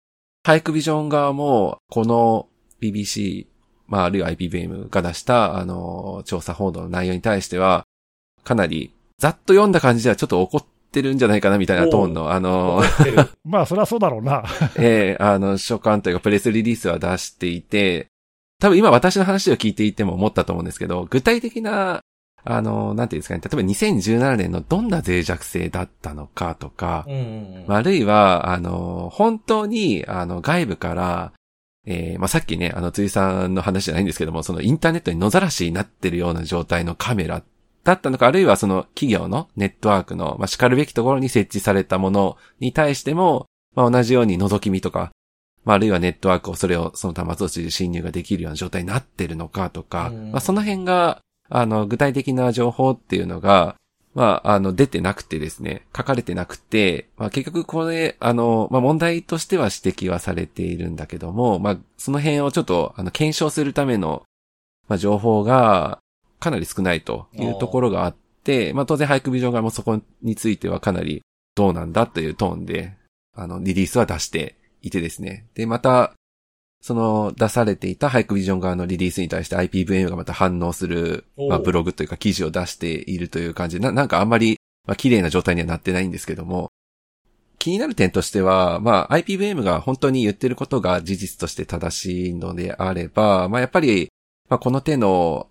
ハイクビジョン側も、この BBC、まあ、あるいは IPVM が出した、調査報道の内容に対しては、かなり、ざっと読んだ感じではちょっと怒ってるんじゃないかなみたいなトーンの、 まあ、そりゃそうだろうな。 書簡というかプレスリリースは出していて、多分今私の話を聞いていても思ったと思うんですけど、具体的な、なんていうんですかね、例えば2017年のどんな脆弱性だったのかとか、あるいは、本当に、外部から、まあ、さっきね、辻さんの話じゃないんですけども、そのインターネットに野ざらしになってるような状態のカメラだったのか、あるいはその企業のネットワークの、まあ、叱るべきところに設置されたものに対しても、まあ、同じように覗き見とか、まあ、あるいはネットワークをその端末を通じて侵入ができるような状態になってるのかとか、まあ、その辺が、具体的な情報っていうのが、まあ、出てなくてですね、書かれてなくて、まあ、結局これ、まあ、問題としては指摘はされているんだけども、まあ、その辺をちょっと、検証するための、まあ、情報が、かなり少ないというところがあって、まあ、当然、ハイクビジョン側もそこについてはかなりどうなんだというトーンで、リリースは出していてですね。で、また、その出されていたハイクビジョン側のリリースに対して IPVM がまた反応する、まあ、ブログというか記事を出しているという感じで、なんかあんまり、まあ、綺麗な状態にはなってないんですけども、気になる点としては、まあ IPVM が本当に言ってることが事実として正しいのであれば、まあやっぱり、まあこの手の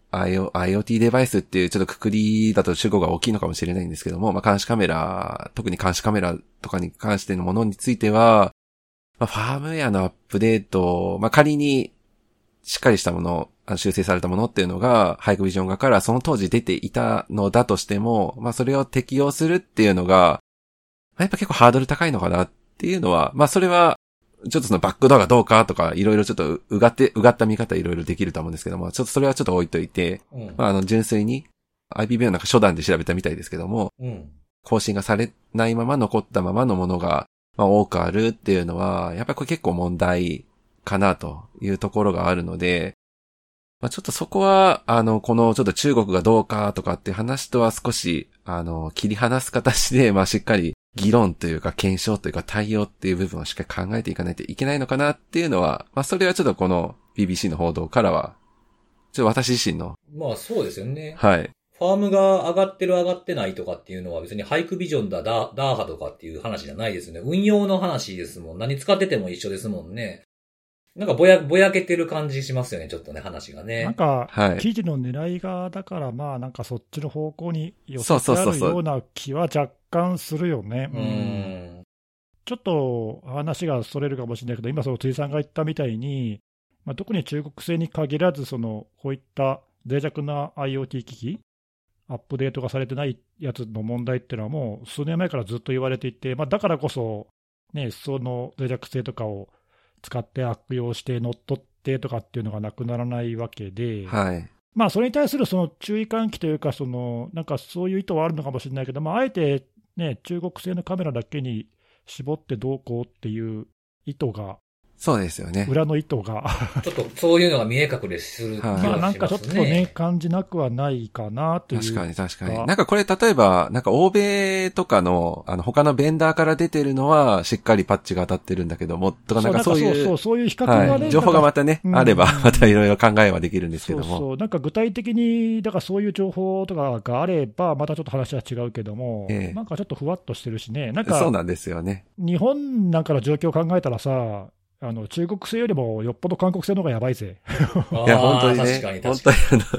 IoT デバイスっていうちょっと括りだと主語が大きいのかもしれないんですけども、まあ監視カメラ、特に監視カメラとかに関してのものについては、まあ、ファームウェアのアップデート、まあ、仮にしっかりしたもの、修正されたものっていうのが、ハイクビジョン側からその当時出ていたのだとしても、まあ、それを適用するっていうのが、まあ、やっぱ結構ハードル高いのかなっていうのは、まあ、それは、ちょっとそのバックドアがどうかとか、いろいろちょっとうがった見方いろいろできると思うんですけども、ちょっとそれはちょっと置いといて、まあ、純粋に、IPVM なんか初段で調べたみたいですけども、更新がされないまま残ったままのものが、まあ多くあるっていうのは、やっぱりこれ結構問題かなというところがあるので、まあちょっとそこは、このちょっと中国がどうかとかっていう話とは少し、切り離す形で、まあしっかり議論というか検証というか対応っていう部分をしっかり考えていかないといけないのかなっていうのは、まあそれはちょっとこの BBC の報道からは、ちょっと私自身の。 まあそうですよね。 はい。 ファームが上がってる上がってないとかっていうのは別にハイクビジョンダーハとかっていう話じゃないですね。運用の話ですもん。何使ってても一緒ですもんね。なんかぼやけてる感じしますよね、ちょっとね、話がね。 なんか、記事の狙いが、だからまあなんかそっちの方向に寄せてあるような気は若干するよね。ちょっと話がそれるかもしれないけど、今その辻さんが言ったみたいに、まあ、特に中国製に限らず、こういった脆弱な IoT 機器、アップデートがされてないやつの問題っていうのはもう数年前からずっと言われていて、まあ、だからこそ、ね、その脆弱性とかを使って悪用して乗っ取ってとかっていうのがなくならないわけで、 はい、 まあそれに対するその注意喚起というか、なんかそういう意図はあるのかもしれないけど、まあ、あえて、ね、中国製のカメラだけに絞ってどうこうっていう意図が、 そうですよね。 裏の意図がちょっとそういうのが見え隠れする気がしますね。 まあなんかちょっとね、感じなくはないかなという。 確かに確かに。なんかこれ例えば、なんか欧米とかの、他のベンダーから出てるのは、しっかりパッチが当たってるんだけども、とかなんかそういう。 そういう比較がね、 はい、情報がまたね、あれば、またいろいろ考えはできるんですけども。 なんか具体的に、だからそういう情報とかがあれば、またちょっと話は違うけども、なんかちょっとふわっとしてるしね、なんか。 そうなんですよね。 日本なんかの状況を考えたらさ、中国製よりもよっぽど韓国製の方がやばいぜ。 いや、本当にね。本当に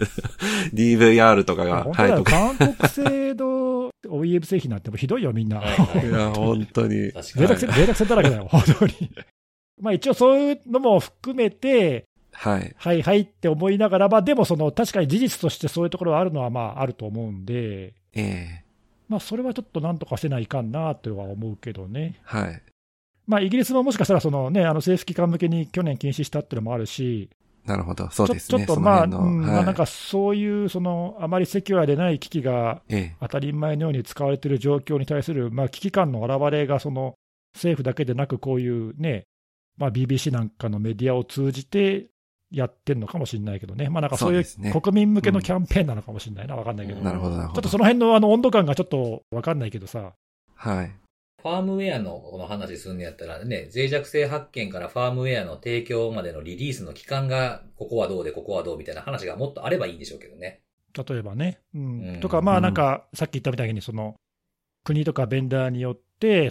DVR とかが。 はい、韓国製の OEM 製品なんてもひどいよ、みんな。 いや、本当に。 脆弱性だらけだよ、本当に。まあ一応そういうのも含めて、はいはいって思いながら、まあでも確かに事実としてそういうところがあるのはまああると思うんで、まあそれはちょっとなんとかせないかんなとは思うけどね。 はい。 まあ、イギリスももしかしたら政府機関向けに去年禁止したっていうのもあるし、 なるほど、そうですね、 ちょっとまあ、なんかそういうあまりセキュアでない機器が当たり前のように使われている状況に対する、まあ、危機感の表れが政府だけでなく、こういうね、まあ、BBC なんかのメディアを通じてやってるのかもしれないけどね、まあ、なんかそういう国民向けのキャンペーンなのかもしれないな、分かんないけど、 なるほど、 ちょっとその辺の温度感がちょっと分かんないけどさ。 はい。 ファームウェアのこの話するんやったらね、脆弱性発見からファームウェアの提供までのリリースの期間が、ここはどうでここはどうみたいな話がもっとあればいいんでしょうけどね。 例えばね。とか、まあなんか、さっき言ったみたいに、その、国とかベンダーによって、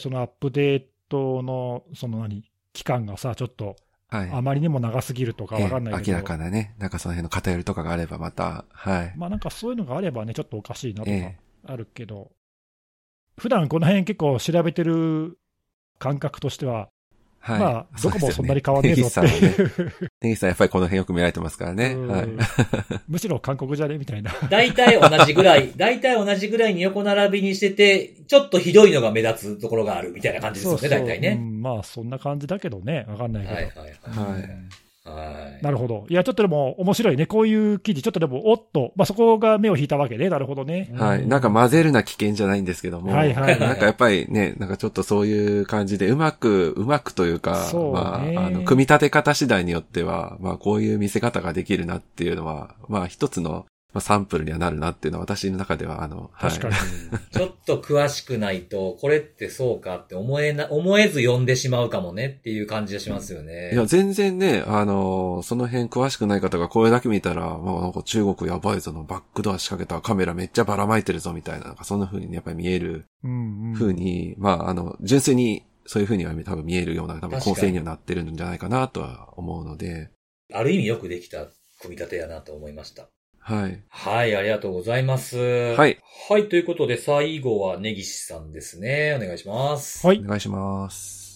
そのアップデートの、その期間がさ、ちょっと、あまりにも長すぎるとかわかんないけど、 明らかなね、なんかその辺の偏りとかがあればまた、はい。 まあなんかそういうのがあればね、ちょっとおかしいなとかあるけど、普段この辺結構調べてる感覚としては、はい、まあ、どこもそんなに変わんねえぞっていう。 ネギさんやっぱりこの辺よく見られてますからね。はい、 むしろ韓国じゃねみたいな。 大体同じぐらいに横並びにしてて、ちょっとひどいのが目立つところがあるみたいな感じですよね、大体ね。 まあ、そんな感じだけどね、わかんないけど。 はい。 なるほど。いや、ちょっとでも面白いね。こういう記事、ちょっとでも、おっと、まあ、そこが目を引いたわけね。なるほどね。 はい。なんか混ぜるな危険じゃないんですけども。なんかやっぱりね、なんかちょっとそういう感じで、うまくというか、まあ、組み立て方次第によっては、まあ、こういう見せ方ができるなっていうのは、まあ、一つの、サンプルにはなるなっていうのは私の中では確かに、 ちょっと詳しくないとこれってそうかって思えず読んでしまうかもねっていう感じがしますよね。 いや全然ねその辺詳しくない方がこれだけ見たらなんか中国やばいぞのバックドア仕掛けたカメラめっちゃばらまいてるぞみたいな、なんかそんな風にやっぱり見える風に、まあ純粋にそういう風には多分見えるような多分構成にはなってるんじゃないかなとは思うので、 ある意味よくできた組み立てやなと思いました。 はい。 はい、ありがとうございます。 はい。 はい、ということで最後は根岸さんですね。お願いします。 はい。お願いします。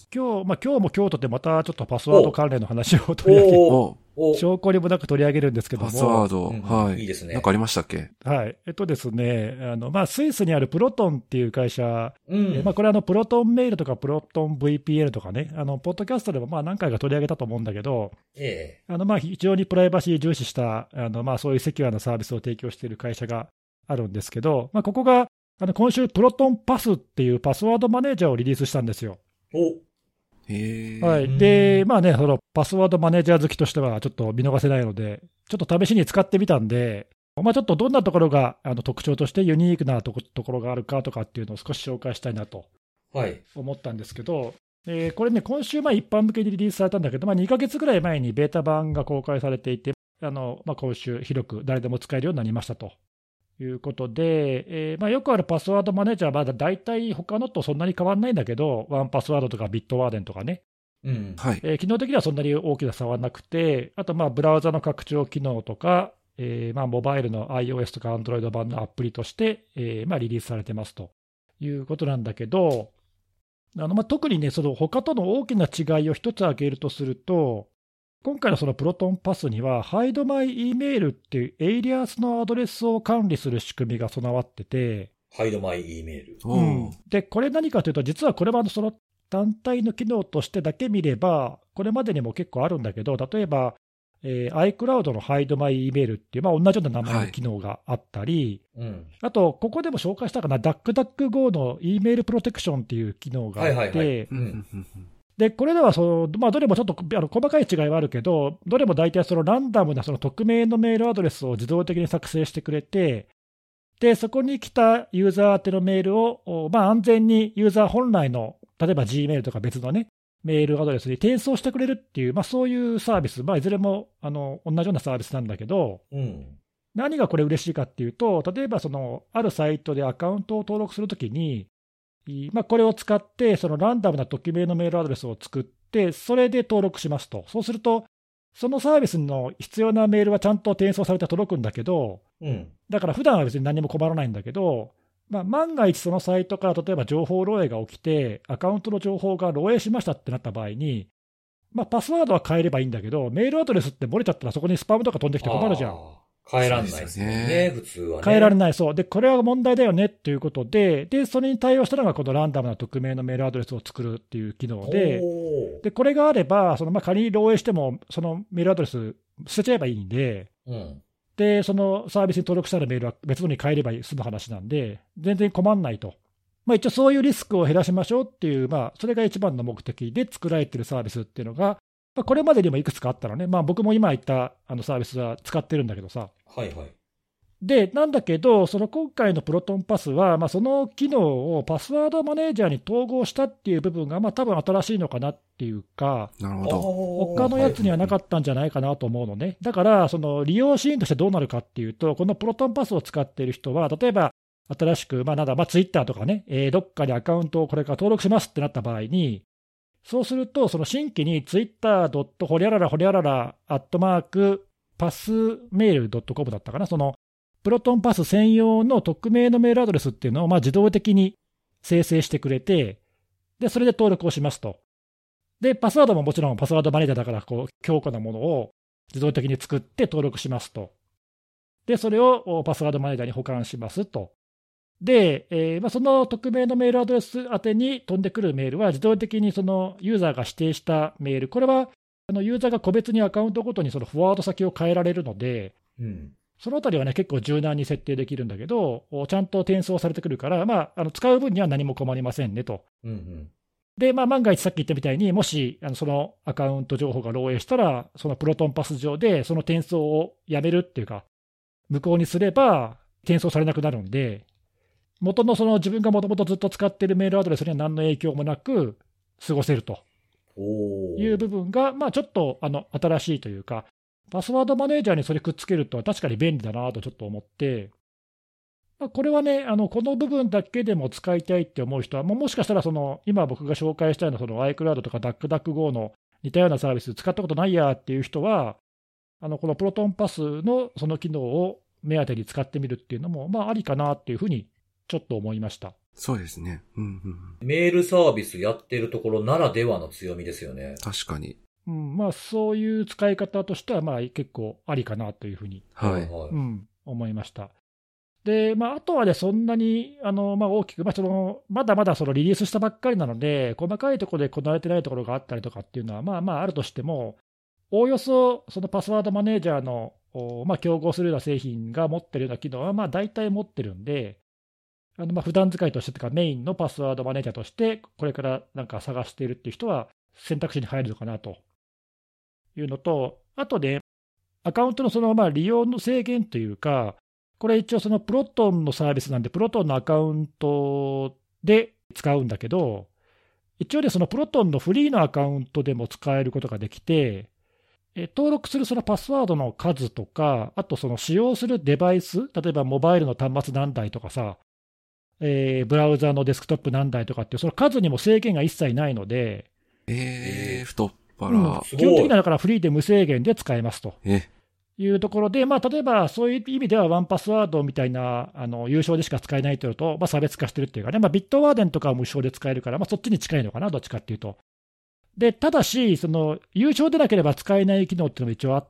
今日も京都でまたちょっとパスワード関連の話を取り上げ証拠にもなく取り上げるんですけども。 パスワード、はい。 いいですね。 なんかありましたっけ？ はい。ですね、まあ、スイスにあるプロトンっていう会社、まあ、これプロトンメールとかプロトン VPN とかね、ポッドキャストでもまあ何回か取り上げたと思うんだけど、まあ、非常にプライバシー重視した、まあ、そういうセキュアなサービスを提供している会社があるんですけど、まあ、ここが、今週プロトンパスっていうパスワードマネージャーをリリースしたんですよ。はい。で、まあね、そのパスワードマネージャー好きとしてはちょっと見逃せないので、ちょっと試しに使ってみたんで、まあちょっとどんなところが特徴としてユニークなところがあるかとかっていうのを少し紹介したいなと思ったんですけど、これね、今週一般向けにリリースされたんだけど、まあ2ヶ月ぐらい前にベータ版が公開されていて、まあ今週広く誰でも使えるようになりましたと。いうことで、まあ、よくあるパスワードマネージャーは大体他のとそんなに変わらないんだけど、ワンパスワードとかビットワーデンとかね、 はい、 機能的にはそんなに大きな差はなくて、あとブラウザの拡張機能とか、まあ、モバイルの iOS とか Android 版のアプリとして、まあ、リリースされてますということなんだけど、まあ、特にね、その他との大きな違いを一つ挙げるとすると、今回のそのプロトンパスには、Hide My Email っていうエイリアスのアドレスを管理する仕組みが備わってて、 Hide My Email。 で、これ何かというと、実はこれはその単体の機能としてだけ見れば、これまでにも結構あるんだけど、例えば、iCloud の Hide My Email っていう、まあ、同じような名前の機能があったり、あと、ここでも紹介したかな、DuckDuckGo の Email プロテクションっていう機能があって、で、これらはまあ、どれもちょっと細かい違いはあるけど、どれも大体そのランダムなその匿名のメールアドレスを自動的に作成してくれて、で、そこに来たユーザー宛てのメールを、まあ、安全にユーザー本来の、例えば Gmail とか別のね、メールアドレスに転送してくれるっていう、まあ、そういうサービス、まあ、いずれも同じようなサービスなんだけど、何がこれ嬉しいかっていうと、例えばあるサイトでアカウントを登録するときに、まあ、これを使って、そのランダムな匿名のメールアドレスを作って、それで登録しますと。そうすると、そのサービスの必要なメールはちゃんと転送されて届くんだけど、だから普段は別に何も困らないんだけど、まあ、万が一そのサイトから例えば情報漏洩が起きて、アカウントの情報が漏洩しましたってなった場合に、まあ、パスワードは変えればいいんだけど、メールアドレスって漏れちゃったらそこにスパムとか飛んできて困るじゃん。 変えられないですね、普通はね。 変えられない、そう。で、これは問題だよねっていうことで、それに対応したのが、このランダムな匿名のメールアドレスを作るっていう機能で、これがあれば、まあ、仮に漏洩しても、そのメールアドレス捨てちゃえばいいんで、で、そのサービスに登録したらメールは別のに変えれば済む話なんで、全然困んないと。まあ、一応そういうリスクを減らしましょうっていう、まあ、それが一番の目的で作られているサービスっていうのが、まあ、これまでにもいくつかあったのね、まあ、僕も今言ったサービスは使ってるんだけどさ。 で、なんだけど、その今回のプロトンパスは、その機能をパスワードマネージャーに統合したっていう部分が、多分新しいのかなっていうか、 なるほど。 他のやつにはなかったんじゃないかなと思うのね。だから、その利用シーンとしてどうなるかっていうと、このプロトンパスを使っている人は、例えば、新しく、ツイッターとかね、どっかにアカウントをこれから登録しますってなった場合に、そうすると、その新規に twitter.horiarara@passmail.com だったかな、そのプロトンパス専用の匿名のメールアドレスっていうのを自動的に生成してくれて、で、それで登録をしますと。で、パスワードももちろんパスワードマネージャーだから、強固なものを自動的に作って登録しますと。で、それをパスワードマネージャーに保管しますと。で、その匿名のメールアドレス宛てに飛んでくるメールは、自動的にそのユーザーが指定したメール、これはユーザーが個別にアカウントごとにそのフォワード先を変えられるので、そのあたりはね、結構柔軟に設定できるんだけど、ちゃんと転送されてくるから、使う分には何も困りませんねと。で、万が一さっき言ったみたいに、もしそのアカウント情報が漏洩したら、そのプロトンパス上でその転送をやめるっていうか、無効にすれば転送されなくなるんで、元のその自分がもともとずっと使っているメールアドレスには何の影響もなく過ごせるという部分が、ちょっと新しいというか、パスワードマネージャーにそれくっつけると確かに便利だなとちょっと思って、これはね、この部分だけでも使いたいって思う人は、もしかしたら今僕が紹介したようなiCloud とか DuckDuckGo の似たようなサービス使ったことないやっていう人は、このプロトンパスのその機能を目当てに使ってみるっていうのも、ありかなっていうふうにちょっと思いました。 そうですね。 メールサービスやってるところならではの強みですよね。 確かに。 そういう使い方としては、結構ありかなというふうに、思いました。で、あとはね、そんなに大きく、まだまだリリースしたばっかりなので、細かいところでこなれてないところがあったりとかっていうのは、あるとしても、おおよそそのパスワードマネージャーの、競合するような製品が持ってるような機能は、大体持ってるんで、普段使いとしてとか、メインのパスワードマネージャーとして、これからなんか探しているっていう人は、選択肢に入るのかなというのと、あとで、アカウントの利用の制限というか、これ一応プロトンのサービスなんで、プロトンのアカウントで使うんだけど、一応でプロトンのフリーのアカウントでも使えることができて、登録するパスワードの数とか、あと使用するデバイス、例えばモバイルの端末何台とかさ、ブラウザのデスクトップ何台とかっていう、その数にも制限が一切ないので、 太っ腹。 基本的にはだからフリーで無制限で使えますというところで、例えばそういう意味ではワンパスワードみたいな有償でしか使えないというのと、差別化してるっていうかね、ビットワーデンとかは無償で使えるから、そっちに近いのかな、どっちかっていうと。で、ただし、有償でなければ使えない機能っていうのも一応あって、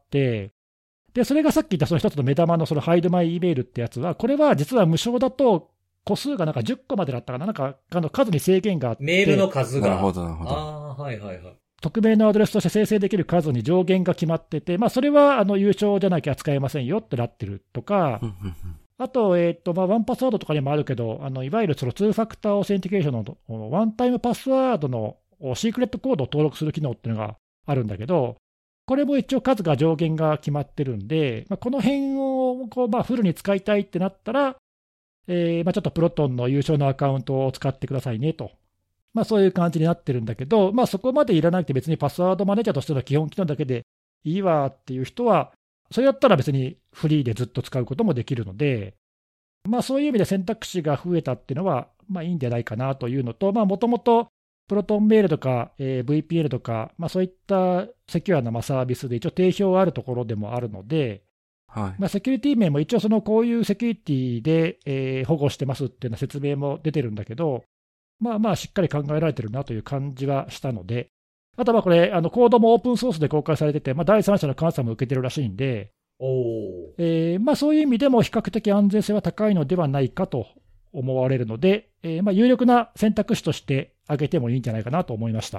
で、それがさっき言ったその一つの目玉のハイドマイイメールってやつは、これは実は無償だと、個数がなんか10個までだったかな、なんか数に制限があって。 メールの数が。 なるほど、なるほど。 はいはいはい。 匿名のアドレスとして生成できる数に上限が決まってて、それは有償じゃなきゃ使えませんよってなってるとか、あと、ワンパスワードとかにもあるけど、いわゆる2ファクターオーセンティケーションのワンタイムパスワードのシークレットコードを登録する機能っていうのがあるんだけど、これも一応数が上限が決まってるんで、この辺をフルに使いたいってなったら、ちょっとプロトンの有償のアカウントを使ってくださいねと。そういう感じになってるんだけど、そこまでいらなくて別にパスワードマネージャーとしての基本機能だけでいいわっていう人は、それだったら別にフリーでずっと使うこともできるので、そういう意味で選択肢が増えたっていうのは、いいんじゃないかなというのと、もともとプロトンメールとか、VPN とか、そういったセキュアなサービスで一応定評あるところでもあるので、セキュリティ面も一応こういうセキュリティで、保護してますっていうような説明も出てるんだけど、しっかり考えられてるなという感じはしたので、あとはこれ、コードもオープンソースで公開されてて、第三者の監査も受けてるらしいんで、そういう意味でも比較的安全性は高いのではないかと思われるので、有力な選択肢として挙げてもいいんじゃないかなと思いました。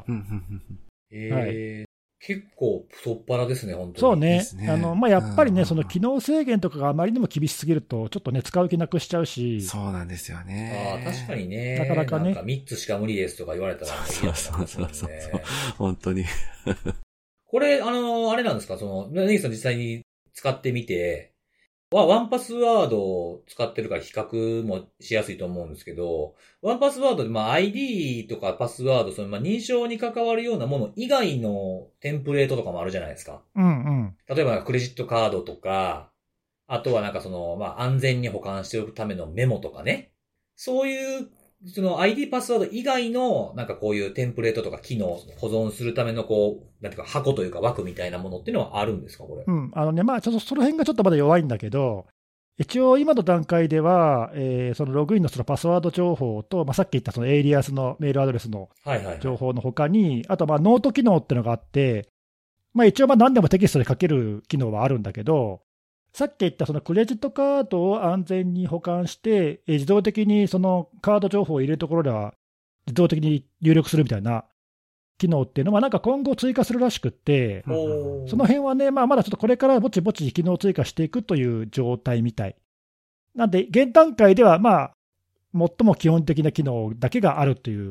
結構太っ腹ですね、本当に。 そうね。やっぱりね、機能制限とかがあまりにも厳しすぎると、ちょっとね、使う気なくしちゃうし。 そうなんですよね。 確かにね。 なかなかね。 なんか3つしか無理ですとか言われたら、 そう。本当に。 これ、あれなんですか、ネギさん実際に使ってみて、 ワンパスワードを使ってるから比較もしやすいと思うんですけど、ワンパスワードでID とかパスワード、認証に関わるようなもの以外のテンプレートとかもあるじゃないですか。 うんうん。 例えばクレジットカードとか、あとは安全に保管しておくためのメモとかね。そういう、ID パスワード以外の、こういうテンプレートとか機能、保存するための箱というか枠みたいなものっていうのはあるんですか、これ。 ちょっとその辺がちょっとまだ弱いんだけど、一応今の段階では、そのログインのそのパスワード情報と、さっき言ったそのエイリアスのメールアドレスの情報の他に、あとノート機能っていうのがあって、一応何でもテキストで書ける機能はあるんだけど、さっき言ったそのクレジットカードを安全に保管して、自動的にそのカード情報を入れるところでは自動的に入力するみたいな機能っていうのは今後追加するらしくって、その辺はね、まだちょっとこれからぼちぼち機能追加していくという状態みたい。なんで、現段階では最も基本的な機能だけがあるという。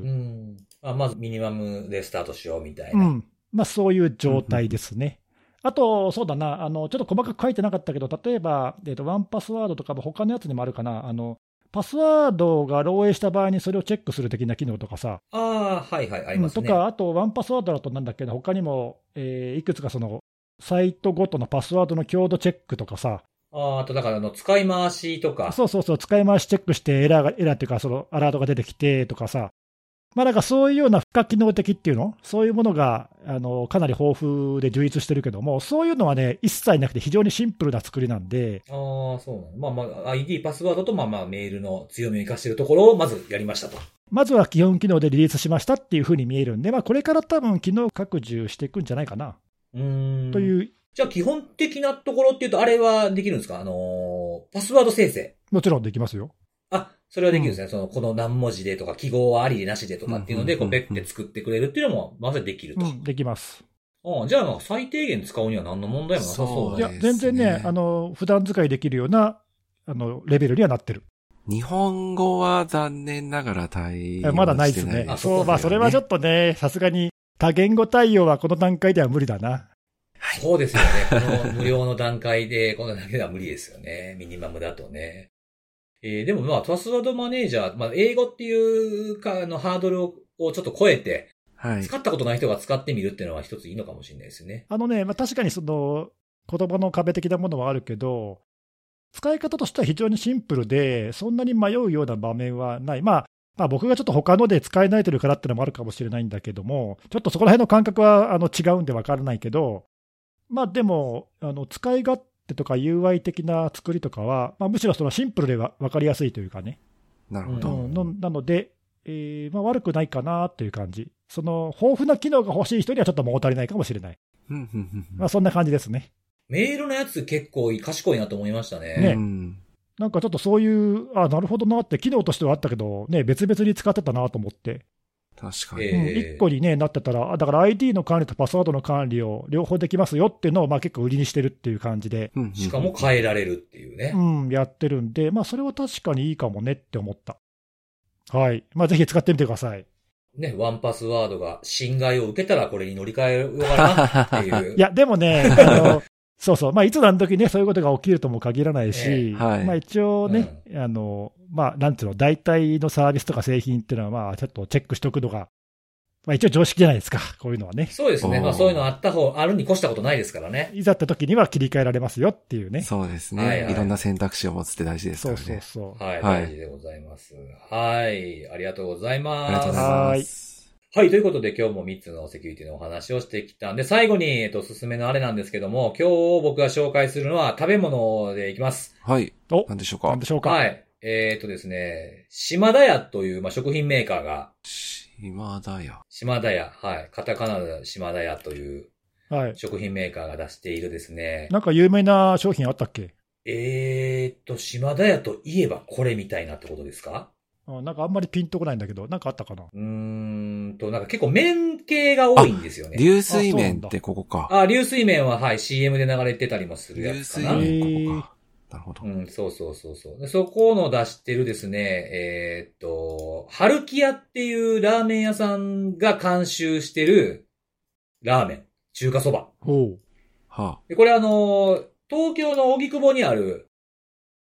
まずミニマムでスタートしようみたいな。 そういう状態ですね。あと、そうだな、ちょっと細かく書いてなかったけど、例えば、ワンパスワードとかも他のやつにもあるかな、パスワードが漏洩した場合にそれをチェックする的な機能とかさ。 はい、ありますね。 とか、あと、ワンパスワードだとなんだっけな、他にも、いくつかサイトごとのパスワードの強度チェックとかさ。 あと、使い回しとか。 そう、使い回しチェックしてエラーっていうか、アラートが出てきてとかさ。そういうような不可機能的っていうの、そういうものがかなり豊富で充実してるけども、そういうのはね、一切なくて非常にシンプルな作りなんで。 そうなの。ID、パスワードとメールの強みを生かしているところをまずやりましたと。 まずは基本機能でリリースしましたっていうふうに見えるんで、これから多分機能拡充していくんじゃないかな。という。 じゃあ基本的なところっていうと、あれはできるんですか？パスワード生成。 もちろんできますよ。 それはできるんですね。この何文字でとか、記号はありでなしでとかっていうので、ペッて作ってくれるっていうのも、まずできると。 できます。 じゃあ、最低限使うには何の問題もなさそうだね。いや、全然ね、普段使いできるような、レベルにはなってる。 日本語は残念ながら対応してない。 まだないですね。それはちょっとね、さすがに多言語対応はこの段階では無理だな。 そうですよね。この無料の段階で、このだけでは無理ですよね。ミニマムだとね。でもパスワードマネージャー、英語っていうか、ハードルをちょっと超えて、使ったことない人が使ってみるっていうのは一ついいのかもしれないですね。 確かに言葉の壁的なものはあるけど、使い方としては非常にシンプルで、そんなに迷うような場面はない。僕がちょっと他ので使い慣れてるからっていうのもあるかもしれないんだけども、ちょっとそこら辺の感覚は違うんで分からないけど、でも、使い勝手とか UI 的な作りとかは、むしろシンプルで分かりやすいというかね。 なるほど。 なので、悪くないかなという感じ。豊富な機能が欲しい人にはちょっと物足りないかもしれない。そんな感じですね。 メールのやつ結構賢いなと思いましたね。 ちょっとそういう、なるほどなって、機能としてはあったけど、別々に使ってたなと思って。 確かに。 1個になってたら、だから ID の管理とパスワードの管理を両方できますよっていうのを結構売りにしてるっていう感じで。 しかも変えられるっていうね。 やってるんで、それは確かにいいかもねって思った。はい。ぜひ使ってみてください。 ね、ワンパスワードが侵害を受けたらこれに乗り換えようかなっていう。 いや、でもね、そうそう。いつ何時ね、そういうことが起きるとも限らないし、一応ね、なんていうの、代替のサービスとか製品っていうのは、ちょっとチェックしておくのが、一応常識じゃないですか、こういうのはね。 そうですね。そういうのあるに越したことないですからね。 いざって時には切り替えられますよっていうね。 そうですね。いろんな選択肢を持つって大事ですからね。 そう。 大事でございます。はい。ありがとうございます。 ありがとうございます。 はい。ということで今日も3つのセキュリティのお話をしてきたんで、最後に、おすすめのあれなんですけども、今日僕が紹介するのは食べ物でいきます。 はい。何でしょうか。 はい。ですね、島田屋という、食品メーカーが。 島田屋。 はい。カタカナで島田屋という、食品メーカーが出しているですね。 なんか有名な商品あったっけ？ 島田屋といえばこれみたいなってことですか？ なんかあんまりピンとこないんだけど、なんかあったかな？ なんか結構麺系が多いんですよね。 流水麺ってここか。 流水麺はCM で流れてたりもするやつかな。 流水麺ここか。なるほど。 そう。でそこの出してるですね、春木屋っていうラーメン屋さんが監修してるラーメン、中華そば。 でこれ東京の荻窪にある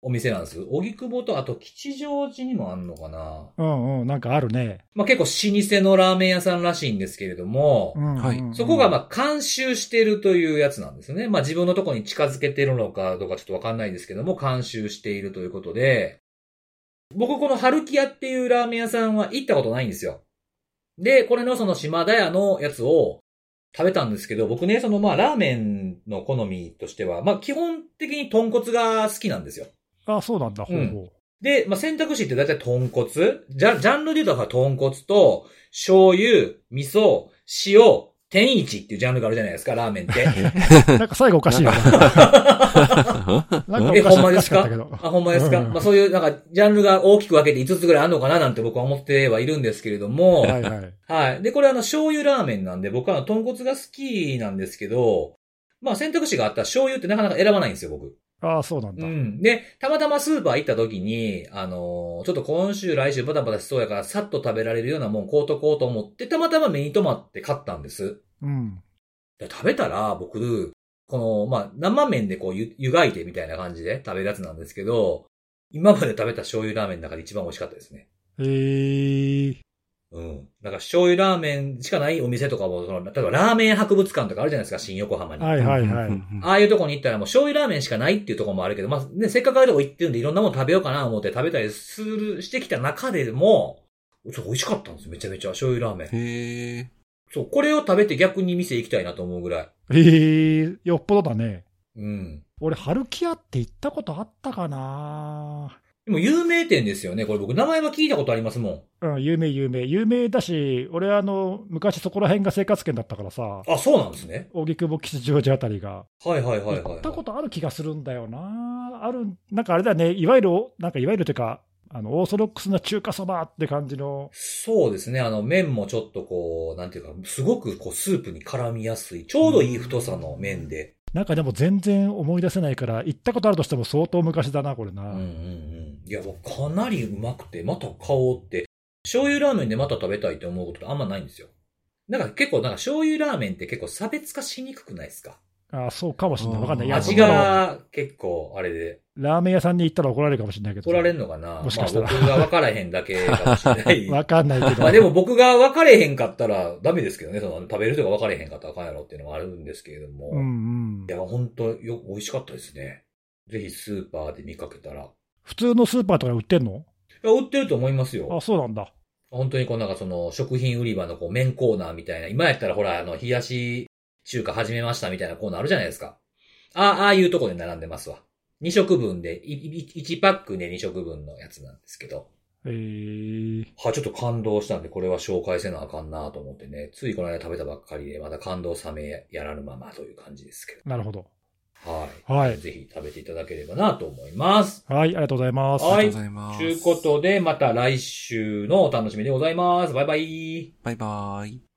お店なんです。荻窪と、あと吉祥寺にもあんのかな。 うんうん、なんかあるね。 まあ結構老舗のラーメン屋さんらしいんですけれども、 はい。 そこがまあ監修してるというやつなんですね。まあ自分のところに近づけてるのかどうかちょっとわかんないですけども、監修しているということで、僕この春木屋っていうラーメン屋さんは行ったことないんですよ。で、これのその島田屋のやつを食べたんですけど、僕ね、そのまあラーメンの好みとしては、まあ基本的に豚骨が好きなんですよ。 あ、そうなんだ、ほうほう。 で、まあ、選択肢って大体豚骨ジャンルで言うと豚骨と、醤油、味噌、塩、天一っていうジャンルがあるじゃないですか、ラーメンって。 なんか最後おかしいよな。 ほんまですか？ほんまですか？まあ、そういう、なんか、ジャンルが大きく分けて5つぐらいあるのかななんて僕は思ってはいるんですけれども。 はいはい。 はい。で、これ醤油ラーメンなんで、僕は豚骨が好きなんですけど、まあ、選択肢があったら醤油ってなかなか選ばないんですよ、僕。 ああ、そうなんだ。 で、たまたまスーパー行った時に、ちょっと今週来週バタバタしそうやからさっと食べられるようなもん買うとこうと思って、たまたま目に留まって買ったんです。で食べたら、僕、この、まあ、生麺でこう湯がいてみたいな感じで食べるやつなんですけど、今まで食べた醤油ラーメンの中で一番美味しかったですね。なんか醤油ラーメンしかないお店とかも、例えばラーメン博物館とかあるじゃないですか、新横浜に。 はいはいはい。 ああいうとこに行ったらもう醤油ラーメンしかないっていうところもあるけど、まあね、せっかくああいうとこ行ってるんでいろんなもの食べようかなと思って食べたりしてきた中でも、ちょっと美味しかったんですよ、めちゃめちゃ醤油ラーメン。 へー。 そう、これを食べて逆に店行きたいなと思うぐらい。よっぽどだね。 俺、 春木屋って行ったことあったかな？ でも有名店ですよね。これ僕名前は聞いたことありますもん。有名だし、俺昔そこら辺が生活圏だったからさ。 あ、そうなんですね。 荻窪吉祥寺あたりが。 はい。 行ったことある気がするんだよな。なんかあれだね、いわゆるというか、オーソドックスな中華そばって感じの。 そうですね。麺もちょっとこう、なんていうか、すごくこう、スープに絡みやすい、ちょうどいい太さの麺で。 なんかでも全然思い出せないから、行ったことあるとしても相当昔だな、これな。 いや、もうかなりうまくて、また買おうって、醤油ラーメンでまた食べたいって思うことってあんまないんですよ。なんか結構、なんか醤油ラーメンって結構差別化しにくくないですか？ ああ、そうかもしれない。わかんない。 味が結構、あれで。 ラーメン屋さんに行ったら怒られるかもしれないけど。 怒られるのかな？ もしかしたら。 まあ、僕が分からへんだけかもしれない。 分かんないけど。 まあでも僕が分かれへんかったらダメですけどね。食べる人が分かれへんかったらあかんやろっていうのもあるんですけれども。いや、本当美味しかったですね。ぜひスーパーで見かけたら。 普通のスーパーとかで売ってんの？ いや、売ってると思いますよ。 あ、そうなんだ。 本当にこうなんか食品売り場のこう麺コーナーみたいな。今やったらほら、冷やし中華始めましたみたいなコーナーあるじゃないですか。ああいうとこで並んでますわ。2食分で、1パックで2食分のやつなんですけど。ちょっと感動したんで、これは紹介せなあかんなと思ってね。ついこの間食べたばっかりで、まだ感動冷めやらぬままという感じですけど。 なるほど。 はい。ぜひ食べていただければなと思います。 はい、ありがとうございます。 はい。ということで、また来週のお楽しみでございます。バイバイ。 バイバイ。